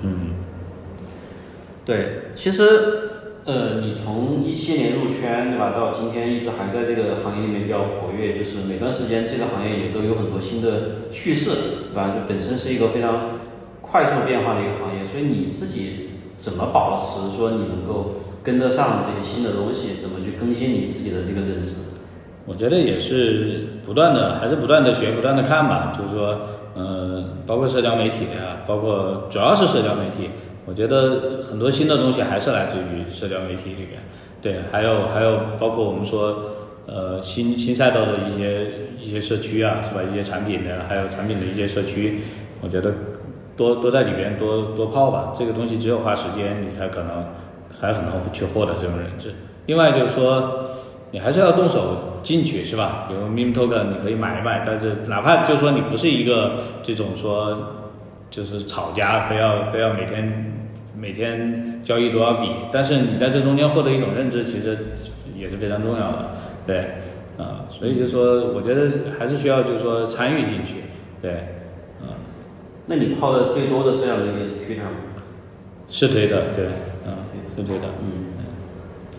对，其实你从17年入圈，对吧，到今天一直还在这个行业里面比较活跃，就是每段时间这个行业也都有很多新的趋势，对吧？就本身是一个非常快速变化的一个行业，所以你自己怎么保持说你能够跟得上这些新的东西，怎么去更新你自己的这个认知？ 我觉得也是还是不断的学，不断的看吧。就是说，包括社交媒体包括主要是社交媒体，我觉得很多新的东西还是来自于社交媒体里面。对，还有包括我们说，新赛道的一些社区啊，是吧？一些产品的，还有产品的一些社区，我觉得多在里边多泡吧。这个东西只有花时间，你才可能去获得这种认知。另外就是说，你还是要动手进去，是吧？比如 meme token 你可以买一买，但是哪怕就是说你不是一个这种说就是炒家，非要每天交易多少笔，但是你在这中间获得一种认知，其实也是非常重要的，对所以就说我觉得还是需要就是说参与进去，对那你泡的最多的社交媒体是 Twitter 吗？ 是推的，对是推的，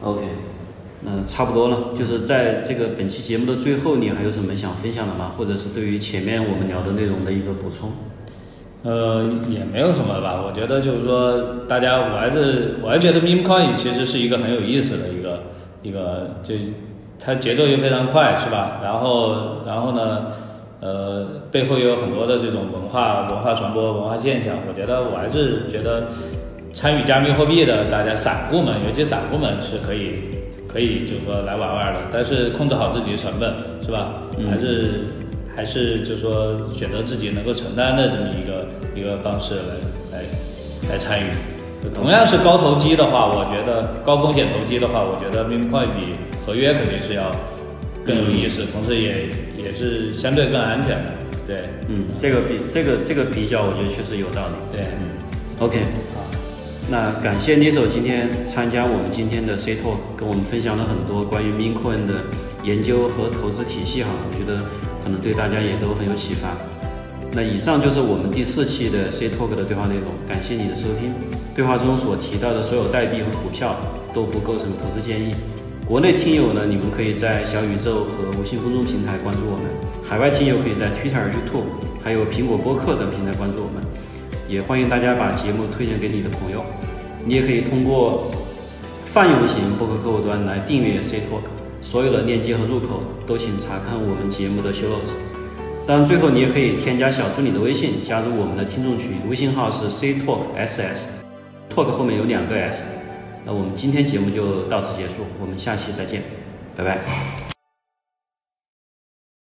OK， 那差不多了。就是在这个本期节目的最后，你还有什么想分享的吗？或者是对于前面我们聊的内容的一个补充？ 也没有什么吧。我觉得就是说，大家我还是觉得 meme coin 其实是一个很有意思的一个，就它节奏又非常快，是吧？然后呢，背后也有很多的这种文化传播、文化现象。我还是觉得参与加密货币的大家散户们，尤其散户们是可以就是说来玩玩的，但是控制好自己的成本，是吧？还是就是说选择自己能够承担的这么一个方式来参与。同样是高投机的话，我觉得高风险投机的话，我觉得 meme coin 比合约肯定是要更有意思，同时也是相对更安全的。对， 这个比较我觉得确实有道理。 对 ，OK， 好，那感谢 Niso 今天参加我们今天的 C Talk， 跟我们分享了很多关于 meme coin 的研究和投资体系哈，我觉得可能对大家也都很有启发。那以上就是我们第4期的 C Talk 的对话内容，感谢你的收听。对话中所提到的所有代币和股票都不构成投资建议。国内听友呢，你们可以在小宇宙和微信公众平台关注我们；海外听友可以在 Twitter、YouTube 还有苹果播客等平台关注我们。也欢迎大家把节目推荐给你的朋友。你也可以通过泛用型播客客户端来订阅 C Talk， 所有的链接和入口都请查看我们节目的 show notes。当然，最后你也可以添加小助理的微信，加入我们的听众群，微信号是 CTalkSS，Talk 后面有2个S。那我们今天节目就到此结束，我们下期再见，拜拜。